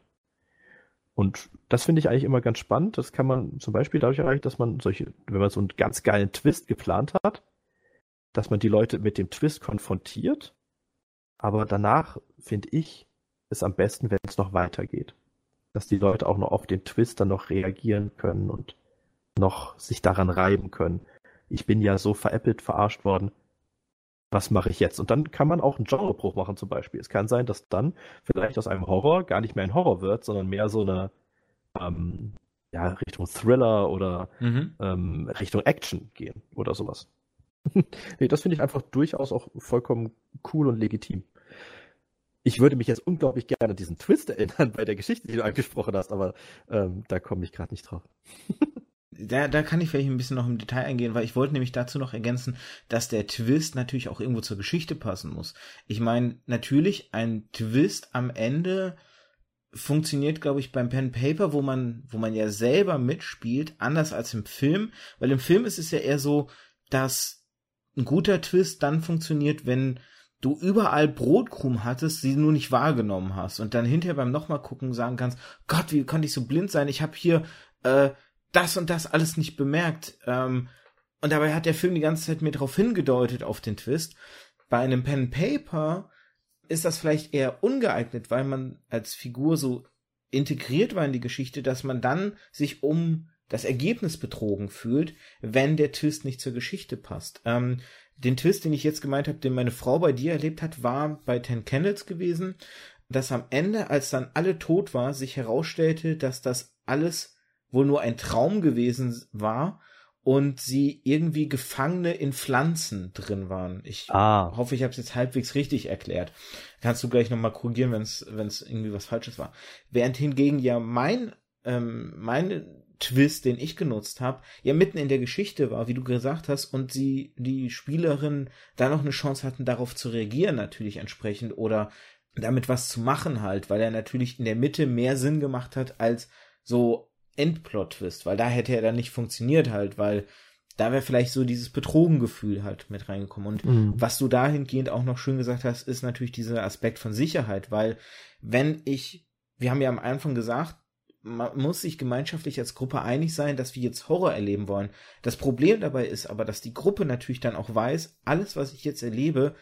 Und das finde ich eigentlich immer ganz spannend. Das kann man zum Beispiel dadurch erreichen, dass man solche, wenn man so einen ganz geilen Twist geplant hat, dass man die Leute mit dem Twist konfrontiert, aber danach, finde ich, ist am besten, wenn es noch weitergeht. Dass die Leute auch noch auf den Twist dann noch reagieren können und noch sich daran reiben können. Ich bin ja so veräppelt, verarscht worden. Was mache ich jetzt? Und dann kann man auch einen Genrebruch machen zum Beispiel. Es kann sein, dass dann vielleicht aus einem Horror gar nicht mehr ein Horror wird, sondern mehr so eine ähm, ja, Richtung Thriller oder mhm. ähm, Richtung Action gehen oder sowas. Nee, das finde ich einfach durchaus auch vollkommen cool und legitim. Ich würde mich jetzt unglaublich gerne an diesen Twist erinnern bei der Geschichte, die du angesprochen hast, aber ähm, da komme ich gerade nicht drauf. Da, da kann ich vielleicht ein bisschen noch im Detail eingehen, weil ich wollte nämlich dazu noch ergänzen, dass der Twist natürlich auch irgendwo zur Geschichte passen muss. Ich meine, natürlich, ein Twist am Ende funktioniert, glaube ich, beim Pen Paper, wo man, wo man ja selber mitspielt, anders als im Film, weil im Film ist es ja eher so, dass ein guter Twist dann funktioniert, wenn du überall Brotkrumen hattest, die du nur nicht wahrgenommen hast und dann hinterher beim nochmal gucken sagen kannst, Gott, wie konnte ich so blind sein? Ich habe hier äh, das und das alles nicht bemerkt. Ähm, und dabei hat der Film die ganze Zeit mir darauf hingedeutet, auf den Twist. Bei einem Pen Paper ist das vielleicht eher ungeeignet, weil man als Figur so integriert war in die Geschichte, dass man dann sich um das Ergebnis betrogen fühlt, wenn der Twist nicht zur Geschichte passt. Ähm, den Twist, den ich jetzt gemeint habe, den meine Frau bei dir erlebt hat, war bei Ten Candles gewesen, dass am Ende, als dann alle tot war, sich herausstellte, dass das alles wohl nur ein Traum gewesen war und sie irgendwie Gefangene in Pflanzen drin waren. Ich ah. hoffe, ich habe es jetzt halbwegs richtig erklärt. Kannst du gleich nochmal korrigieren, wenn es wenn es irgendwie was Falsches war. Während hingegen ja mein ähm, meine Twist, den ich genutzt habe, ja mitten in der Geschichte war, wie du gesagt hast, und sie, die Spielerin, da noch eine Chance hatten, darauf zu reagieren, natürlich entsprechend, oder damit was zu machen halt, weil er natürlich in der Mitte mehr Sinn gemacht hat als so Endplot-Twist, weil da hätte er dann nicht funktioniert halt, weil da wäre vielleicht so dieses Betrogengefühl halt mit reingekommen. Und mhm. was du dahingehend auch noch schön gesagt hast, ist natürlich dieser Aspekt von Sicherheit, weil wenn ich, wir haben ja am Anfang gesagt, man muss sich gemeinschaftlich als Gruppe einig sein, dass wir jetzt Horror erleben wollen. Das Problem dabei ist aber, dass die Gruppe natürlich dann auch weiß, alles, was ich jetzt erlebe,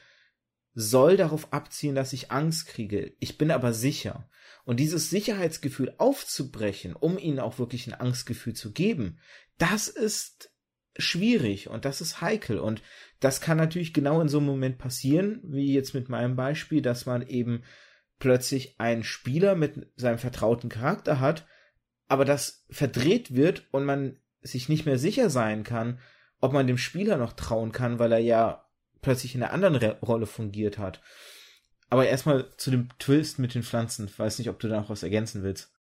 soll darauf abzielen, dass ich Angst kriege. Ich bin aber sicher. Und dieses Sicherheitsgefühl aufzubrechen, um ihnen auch wirklich ein Angstgefühl zu geben, das ist schwierig und das ist heikel. Und das kann natürlich genau in so einem Moment passieren, wie jetzt mit meinem Beispiel, dass man eben plötzlich einen Spieler mit seinem vertrauten Charakter hat, aber das verdreht wird und man sich nicht mehr sicher sein kann, ob man dem Spieler noch trauen kann, weil er ja plötzlich in einer anderen Re- Rolle fungiert hat. Aber erstmal zu dem Twist mit den Pflanzen. Ich weiß nicht, ob du da noch was ergänzen willst.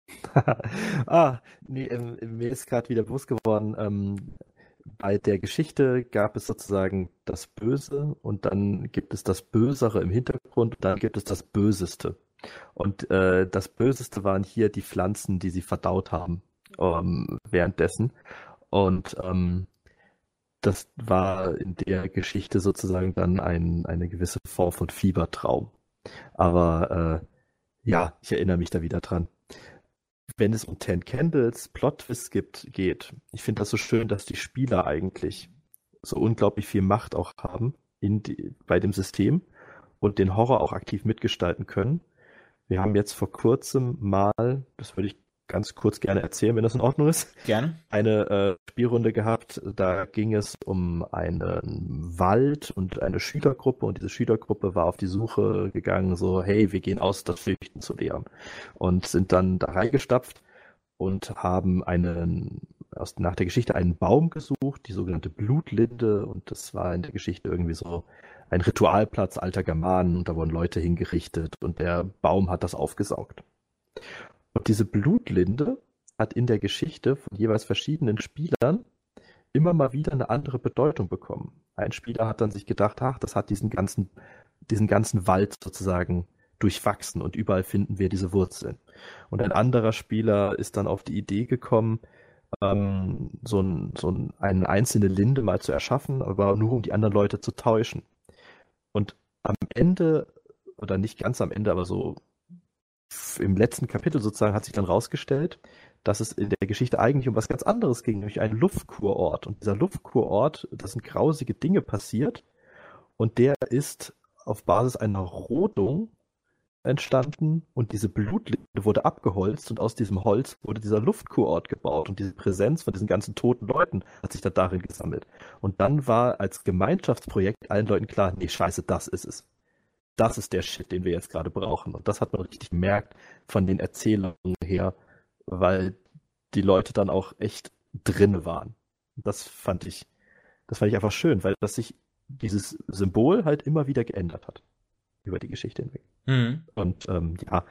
ah, nee, ähm, mir ist gerade wieder bewusst geworden, ähm, bei der Geschichte gab es sozusagen das Böse und dann gibt es das Bösere im Hintergrund und dann gibt es das Böseste. Und äh, das Böseste waren hier die Pflanzen, die sie verdaut haben ähm, währenddessen. Und ähm, das war in der Geschichte sozusagen dann ein, eine gewisse Form von Fiebertraum. Aber äh, ja, ich erinnere mich da wieder dran. Wenn es um Ten Candles Plot-Twists gibt, geht. Ich finde das so schön, dass die Spieler eigentlich so unglaublich viel Macht auch haben in die, bei dem System und den Horror auch aktiv mitgestalten können. Wir haben jetzt vor kurzem mal, das würde ich ganz kurz gerne erzählen, wenn das in Ordnung ist. Gerne. Eine äh, Spielrunde gehabt, da ging es um einen Wald und eine Schülergruppe und diese Schülergruppe war auf die Suche gegangen, so hey, wir gehen aus, das Flüchten zu lehren und sind dann da reingestapft und haben einen, aus, nach der Geschichte einen Baum gesucht, die sogenannte Blutlinde und das war in der Geschichte irgendwie so ein Ritualplatz alter Germanen und da wurden Leute hingerichtet und der Baum hat das aufgesaugt. Und diese Blutlinde hat in der Geschichte von jeweils verschiedenen Spielern immer mal wieder eine andere Bedeutung bekommen. Ein Spieler hat dann sich gedacht, ach, das hat diesen ganzen, diesen ganzen Wald sozusagen durchwachsen und überall finden wir diese Wurzeln. Und ein anderer Spieler ist dann auf die Idee gekommen, ähm, so, ein, so ein, eine einzelne Linde mal zu erschaffen, aber nur um die anderen Leute zu täuschen. Und am Ende, oder nicht ganz am Ende, aber so im letzten Kapitel sozusagen hat sich dann rausgestellt, dass es in der Geschichte eigentlich um was ganz anderes ging, nämlich einen Luftkurort. Und dieser Luftkurort, da sind grausige Dinge passiert und der ist auf Basis einer Rodung entstanden und diese Blutlinde wurde abgeholzt und aus diesem Holz wurde dieser Luftkurort gebaut und diese Präsenz von diesen ganzen toten Leuten hat sich dann darin gesammelt. Und dann war als Gemeinschaftsprojekt allen Leuten klar, nee, scheiße, das ist es. Das ist der Shit, den wir jetzt gerade brauchen. Und das hat man richtig gemerkt von den Erzählungen her, weil die Leute dann auch echt drinne waren. Das fand ich, das fand ich einfach schön, weil das sich dieses Symbol halt immer wieder geändert hat über die Geschichte hinweg. Mhm. Und ähm, ja,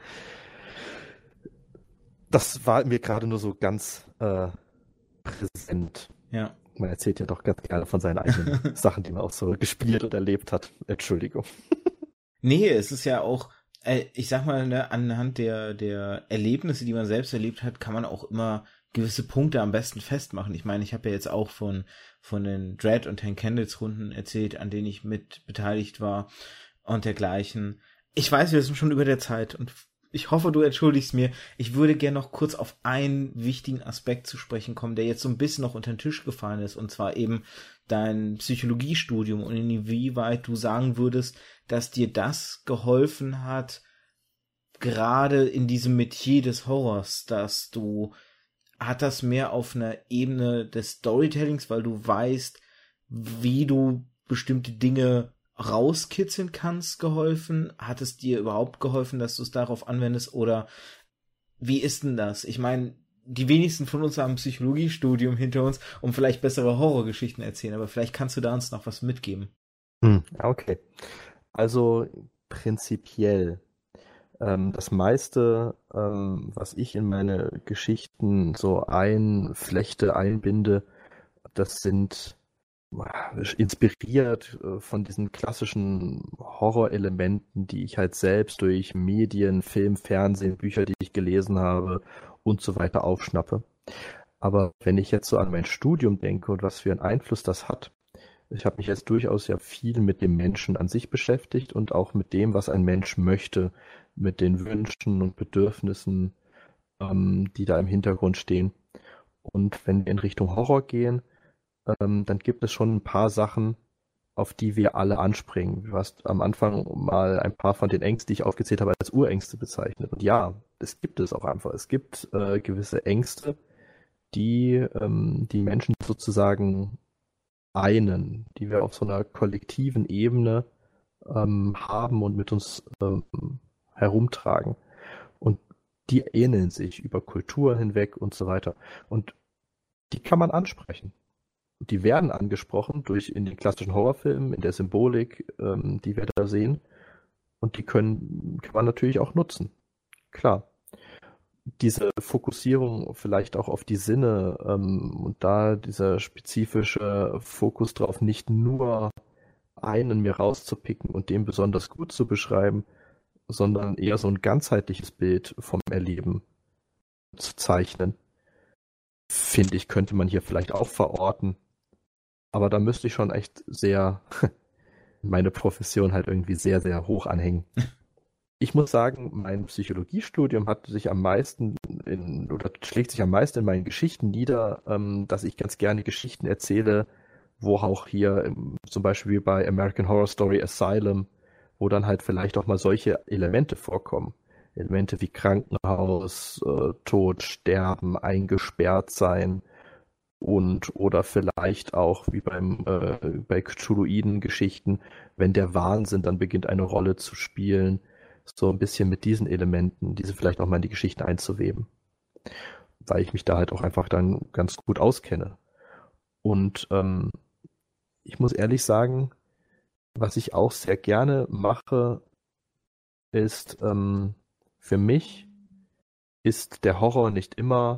das war mir gerade nur so ganz äh, präsent. Ja. Man erzählt ja doch ganz gerne von seinen eigenen Sachen, die man auch so gespielt und erlebt hat. Entschuldigung. Nee, es ist ja auch, äh, ich sag mal, ne, anhand der, der Erlebnisse, die man selbst erlebt hat, kann man auch immer gewisse Punkte am besten festmachen. Ich meine, ich habe ja jetzt auch von, von den Dread- und Ten Candles Runden erzählt, an denen ich mit beteiligt war und dergleichen. Ich weiß, wir sind schon über der Zeit und ich hoffe, du entschuldigst mir. Ich würde gerne noch kurz auf einen wichtigen Aspekt zu sprechen kommen, der jetzt so ein bisschen noch unter den Tisch gefallen ist, und zwar eben dein Psychologiestudium und inwieweit du sagen würdest, dass dir das geholfen hat, gerade in diesem Metier des Horrors, dass du, hat das mehr auf einer Ebene des Storytellings, weil du weißt, wie du bestimmte Dinge rauskitzeln kannst, geholfen? Hat es dir überhaupt geholfen, dass du es darauf anwendest, oder wie ist denn das? Ich meine, die wenigsten von uns haben ein Psychologiestudium hinter uns und vielleicht bessere Horrorgeschichten erzählen, aber vielleicht kannst du da uns noch was mitgeben. Hm, okay. Also prinzipiell ähm, das meiste, ähm, was ich in meine Geschichten so einflechte, einbinde, das sind inspiriert äh, von diesen klassischen Horrorelementen, die ich halt selbst durch Medien, Film, Fernsehen, Bücher, die ich gelesen habe und so weiter aufschnappe. Aber wenn ich jetzt so an mein Studium denke und was für einen Einfluss das hat, ich habe mich jetzt durchaus ja viel mit dem Menschen an sich beschäftigt und auch mit dem, was ein Mensch möchte, mit den Wünschen und Bedürfnissen, ähm, die da im Hintergrund stehen. Und wenn wir in Richtung Horror gehen, ähm, dann gibt es schon ein paar Sachen, auf die wir alle anspringen. Du hast am Anfang mal ein paar von den Ängsten, die ich aufgezählt habe, als Urängste bezeichnet. Und ja, es gibt es auch einfach. Es gibt äh, gewisse Ängste, die ähm, die Menschen sozusagen einen, die wir auf so einer kollektiven Ebene ähm, haben und mit uns ähm, herumtragen. Und die ähneln sich über Kulturen hinweg und so weiter. Und die kann man ansprechen. Die werden angesprochen durch in den klassischen Horrorfilmen, in der Symbolik, ähm, die wir da sehen. Und die können, kann man natürlich auch nutzen. Klar. Diese Fokussierung vielleicht auch auf die Sinne ähm, und da dieser spezifische Fokus drauf, nicht nur einen mir rauszupicken und den besonders gut zu beschreiben, sondern eher so ein ganzheitliches Bild vom Erleben zu zeichnen, finde ich, könnte man hier vielleicht auch verorten. Aber da müsste ich schon echt sehr meine Profession halt irgendwie sehr, sehr hoch anhängen. Ich muss sagen, mein Psychologiestudium hat sich am meisten in, oder schlägt sich am meisten in meinen Geschichten nieder, ähm, dass ich ganz gerne Geschichten erzähle, wo auch hier ähm, zum Beispiel bei American Horror Story Asylum, wo dann halt vielleicht auch mal solche Elemente vorkommen. Elemente wie Krankenhaus, äh, Tod, Sterben, eingesperrt sein und oder vielleicht auch wie beim äh, bei Cthulhuiden-Geschichten, wenn der Wahnsinn dann beginnt eine Rolle zu spielen, so ein bisschen mit diesen Elementen, diese vielleicht auch mal in die Geschichten einzuweben, weil ich mich da halt auch einfach dann ganz gut auskenne. Und ähm, ich muss ehrlich sagen, was ich auch sehr gerne mache, ist, ähm, für mich ist der Horror nicht immer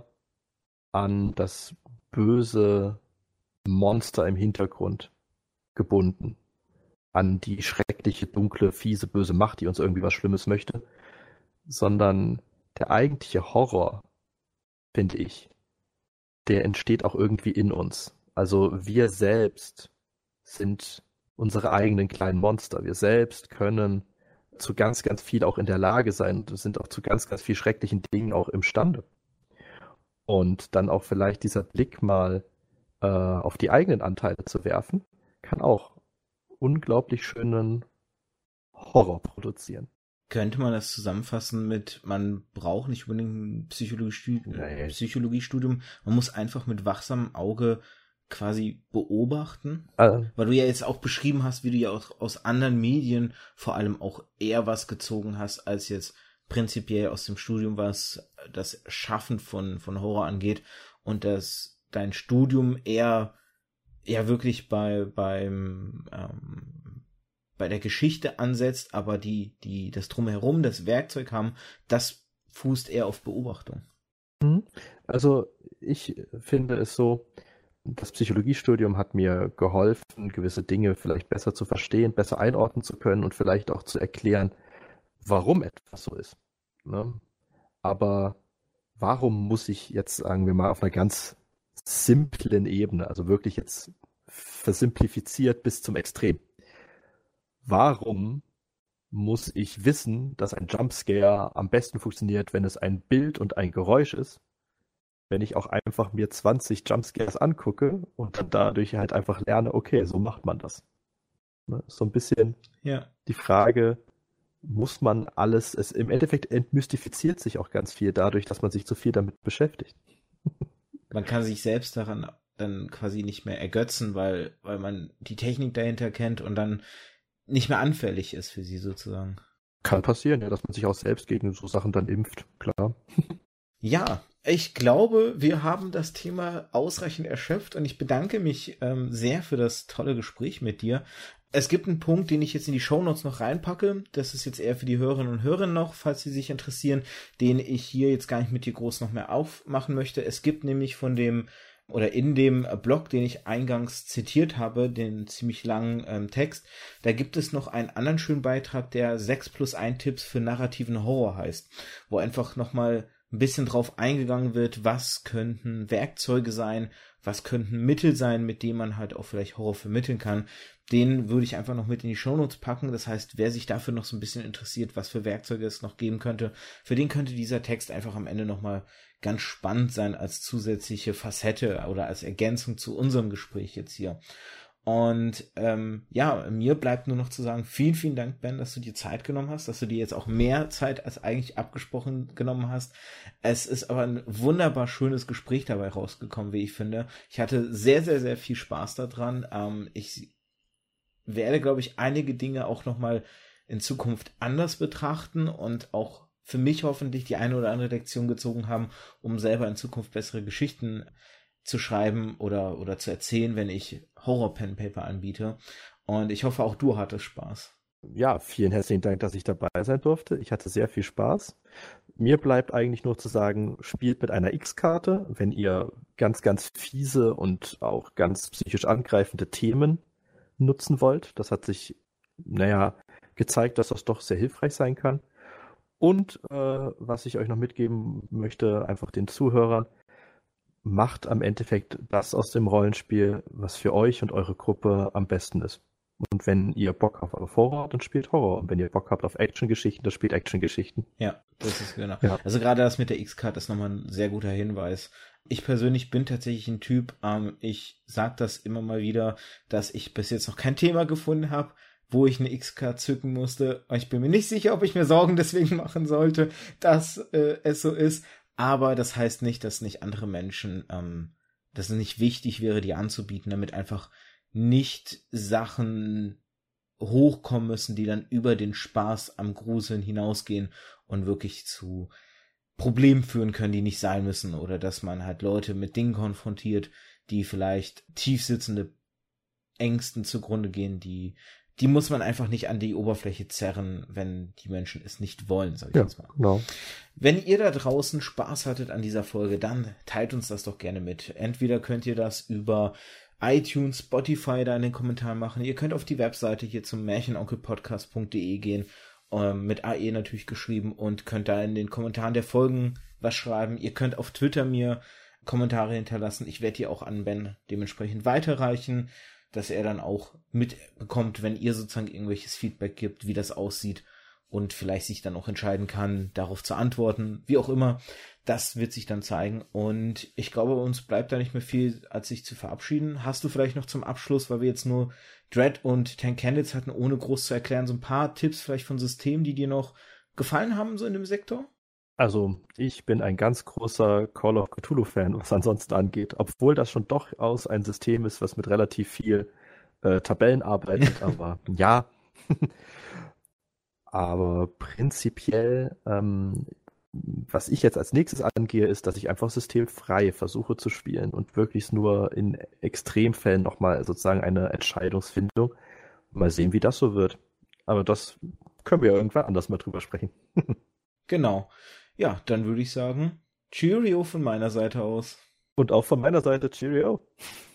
an das böse Monster im Hintergrund gebunden, an die schreckliche, dunkle, fiese, böse Macht, die uns irgendwie was Schlimmes möchte, sondern der eigentliche Horror, finde ich, der entsteht auch irgendwie in uns. Also wir selbst sind unsere eigenen kleinen Monster. Wir selbst können zu ganz, ganz viel auch in der Lage sein und sind auch zu ganz, ganz viel schrecklichen Dingen auch imstande. Und dann auch vielleicht dieser Blick mal äh, auf die eigenen Anteile zu werfen, kann auch unglaublich schönen Horror produzieren. Könnte man das zusammenfassen mit, man braucht nicht unbedingt ein Psychologiestudium, Nee. Psychologiestudium, man muss einfach mit wachsamem Auge quasi beobachten, Äh, weil du ja jetzt auch beschrieben hast, wie du ja auch aus anderen Medien vor allem auch eher was gezogen hast, als jetzt prinzipiell aus dem Studium, was das Schaffen von, von Horror angeht, und dass dein Studium eher, eher wirklich bei, beim, ähm, bei der Geschichte ansetzt, aber die, die, das Drumherum, das Werkzeug haben, das fußt eher auf Beobachtung. Also ich finde es so, das Psychologiestudium hat mir geholfen, gewisse Dinge vielleicht besser zu verstehen, besser einordnen zu können und vielleicht auch zu erklären, warum etwas so ist. Ne? Aber warum muss ich jetzt, sagen wir mal, auf einer ganz simplen Ebene, also wirklich jetzt versimplifiziert bis zum Extrem, warum muss ich wissen, dass ein Jumpscare am besten funktioniert, wenn es ein Bild und ein Geräusch ist, wenn ich auch einfach mir zwanzig Jumpscares angucke und dann dadurch halt einfach lerne, okay, so macht man das. Ne? So ein bisschen Ja. die Frage, muss man alles, es im Endeffekt entmystifiziert sich auch ganz viel dadurch, dass man sich zu viel damit beschäftigt. Man kann sich selbst daran dann quasi nicht mehr ergötzen, weil, weil man die Technik dahinter kennt und dann nicht mehr anfällig ist für sie sozusagen. Kann passieren, ja, dass man sich auch selbst gegen so Sachen dann impft, klar. Ja, ich glaube, wir haben das Thema ausreichend erschöpft und ich bedanke mich ähm, sehr für das tolle Gespräch mit dir. Es gibt einen Punkt, den ich jetzt in die Shownotes noch reinpacke. Das ist jetzt eher für die Hörerinnen und Hörer noch, falls sie sich interessieren, den ich hier jetzt gar nicht mit dir groß noch mehr aufmachen möchte. Es gibt nämlich von dem oder in dem Blog, den ich eingangs zitiert habe, den ziemlich langen ähm, Text, da gibt es noch einen anderen schönen Beitrag, der sechs plus eins Tipps für narrativen Horror heißt, wo einfach nochmal ein bisschen drauf eingegangen wird, was könnten Werkzeuge sein, was könnten Mittel sein, mit denen man halt auch vielleicht Horror vermitteln kann. Den würde ich einfach noch mit in die Shownotes packen. Das heißt, wer sich dafür noch so ein bisschen interessiert, was für Werkzeuge es noch geben könnte, für den könnte dieser Text einfach am Ende nochmal ganz spannend sein als zusätzliche Facette oder als Ergänzung zu unserem Gespräch jetzt hier. Und ähm, ja, mir bleibt nur noch zu sagen, vielen, vielen Dank, Ben, dass du dir Zeit genommen hast, dass du dir jetzt auch mehr Zeit als eigentlich abgesprochen genommen hast. Es ist aber ein wunderbar schönes Gespräch dabei rausgekommen, wie ich finde. Ich hatte sehr, sehr, sehr viel Spaß daran. Ähm, ich werde, glaube ich, einige Dinge auch nochmal in Zukunft anders betrachten und auch für mich hoffentlich die eine oder andere Lektion gezogen haben, um selber in Zukunft bessere Geschichten zu schreiben oder, oder zu erzählen, wenn ich Horror-Pen-Paper anbiete. Und ich hoffe, auch du hattest Spaß. Ja, vielen herzlichen Dank, dass ich dabei sein durfte. Ich hatte sehr viel Spaß. Mir bleibt eigentlich nur zu sagen, spielt mit einer X-Karte, wenn ihr ganz, ganz fiese und auch ganz psychisch angreifende Themen nutzen wollt. Das hat sich, naja, gezeigt, dass das doch sehr hilfreich sein kann. Und äh, was ich euch noch mitgeben möchte, einfach den Zuhörern, macht am Endeffekt das aus dem Rollenspiel, was für euch und eure Gruppe am besten ist. Und wenn ihr Bock habt auf Horror, dann spielt Horror. Und wenn ihr Bock habt auf Action-Geschichten, dann spielt Action-Geschichten. Ja, das ist genau. Ja. Also gerade das mit der X-Card ist nochmal ein sehr guter Hinweis. Ich persönlich bin tatsächlich ein Typ, ähm, ich sag das immer mal wieder, dass ich bis jetzt noch kein Thema gefunden habe, wo ich eine X-Card zücken musste. Ich bin mir nicht sicher, ob ich mir Sorgen deswegen machen sollte, dass äh, es so ist. Aber das heißt nicht, dass nicht andere Menschen, ähm, dass es nicht wichtig wäre, die anzubieten, damit einfach nicht Sachen hochkommen müssen, die dann über den Spaß am Gruseln hinausgehen und wirklich zu Problemen führen können, die nicht sein müssen. Oder dass man halt Leute mit Dingen konfrontiert, die vielleicht tiefsitzende Ängsten zugrunde gehen, die die muss man einfach nicht an die Oberfläche zerren, wenn die Menschen es nicht wollen, sag ich Ja, jetzt mal. genau. Wenn ihr da draußen Spaß hattet an dieser Folge, dann teilt uns das doch gerne mit. Entweder könnt ihr das über iTunes, Spotify da in den Kommentaren machen. Ihr könnt auf die Webseite hier zum märchenonkelpodcast punkt de gehen, ähm, mit A E natürlich geschrieben, und könnt da in den Kommentaren der Folgen was schreiben. Ihr könnt auf Twitter mir Kommentare hinterlassen. Ich werde die auch an Ben dementsprechend weiterreichen, dass er dann auch mitbekommt, wenn ihr sozusagen irgendwelches Feedback gibt, wie das aussieht und vielleicht sich dann auch entscheiden kann, darauf zu antworten, wie auch immer. Das wird sich dann zeigen und ich glaube, uns bleibt da nicht mehr viel, als sich zu verabschieden. Hast du vielleicht noch zum Abschluss, weil wir jetzt nur Dread und Ten Candles hatten, ohne groß zu erklären, so ein paar Tipps vielleicht von Systemen, die dir noch gefallen haben, so in dem Sektor? Also, ich bin ein ganz großer Call of Cthulhu-Fan, was ansonsten angeht, obwohl das schon durchaus ein System ist, was mit relativ viel äh, Tabellen arbeitet, aber ja. Aber prinzipiell, ähm, was ich jetzt als nächstes angehe, ist, dass ich einfach systemfrei versuche zu spielen und wirklich nur in Extremfällen nochmal sozusagen eine Entscheidungsfindung. Mal sehen, wie das so wird. Aber das können wir ja irgendwann anders mal drüber sprechen. Genau. Ja, dann würde ich sagen, Cheerio von meiner Seite aus. Und auch von meiner Seite, Cheerio.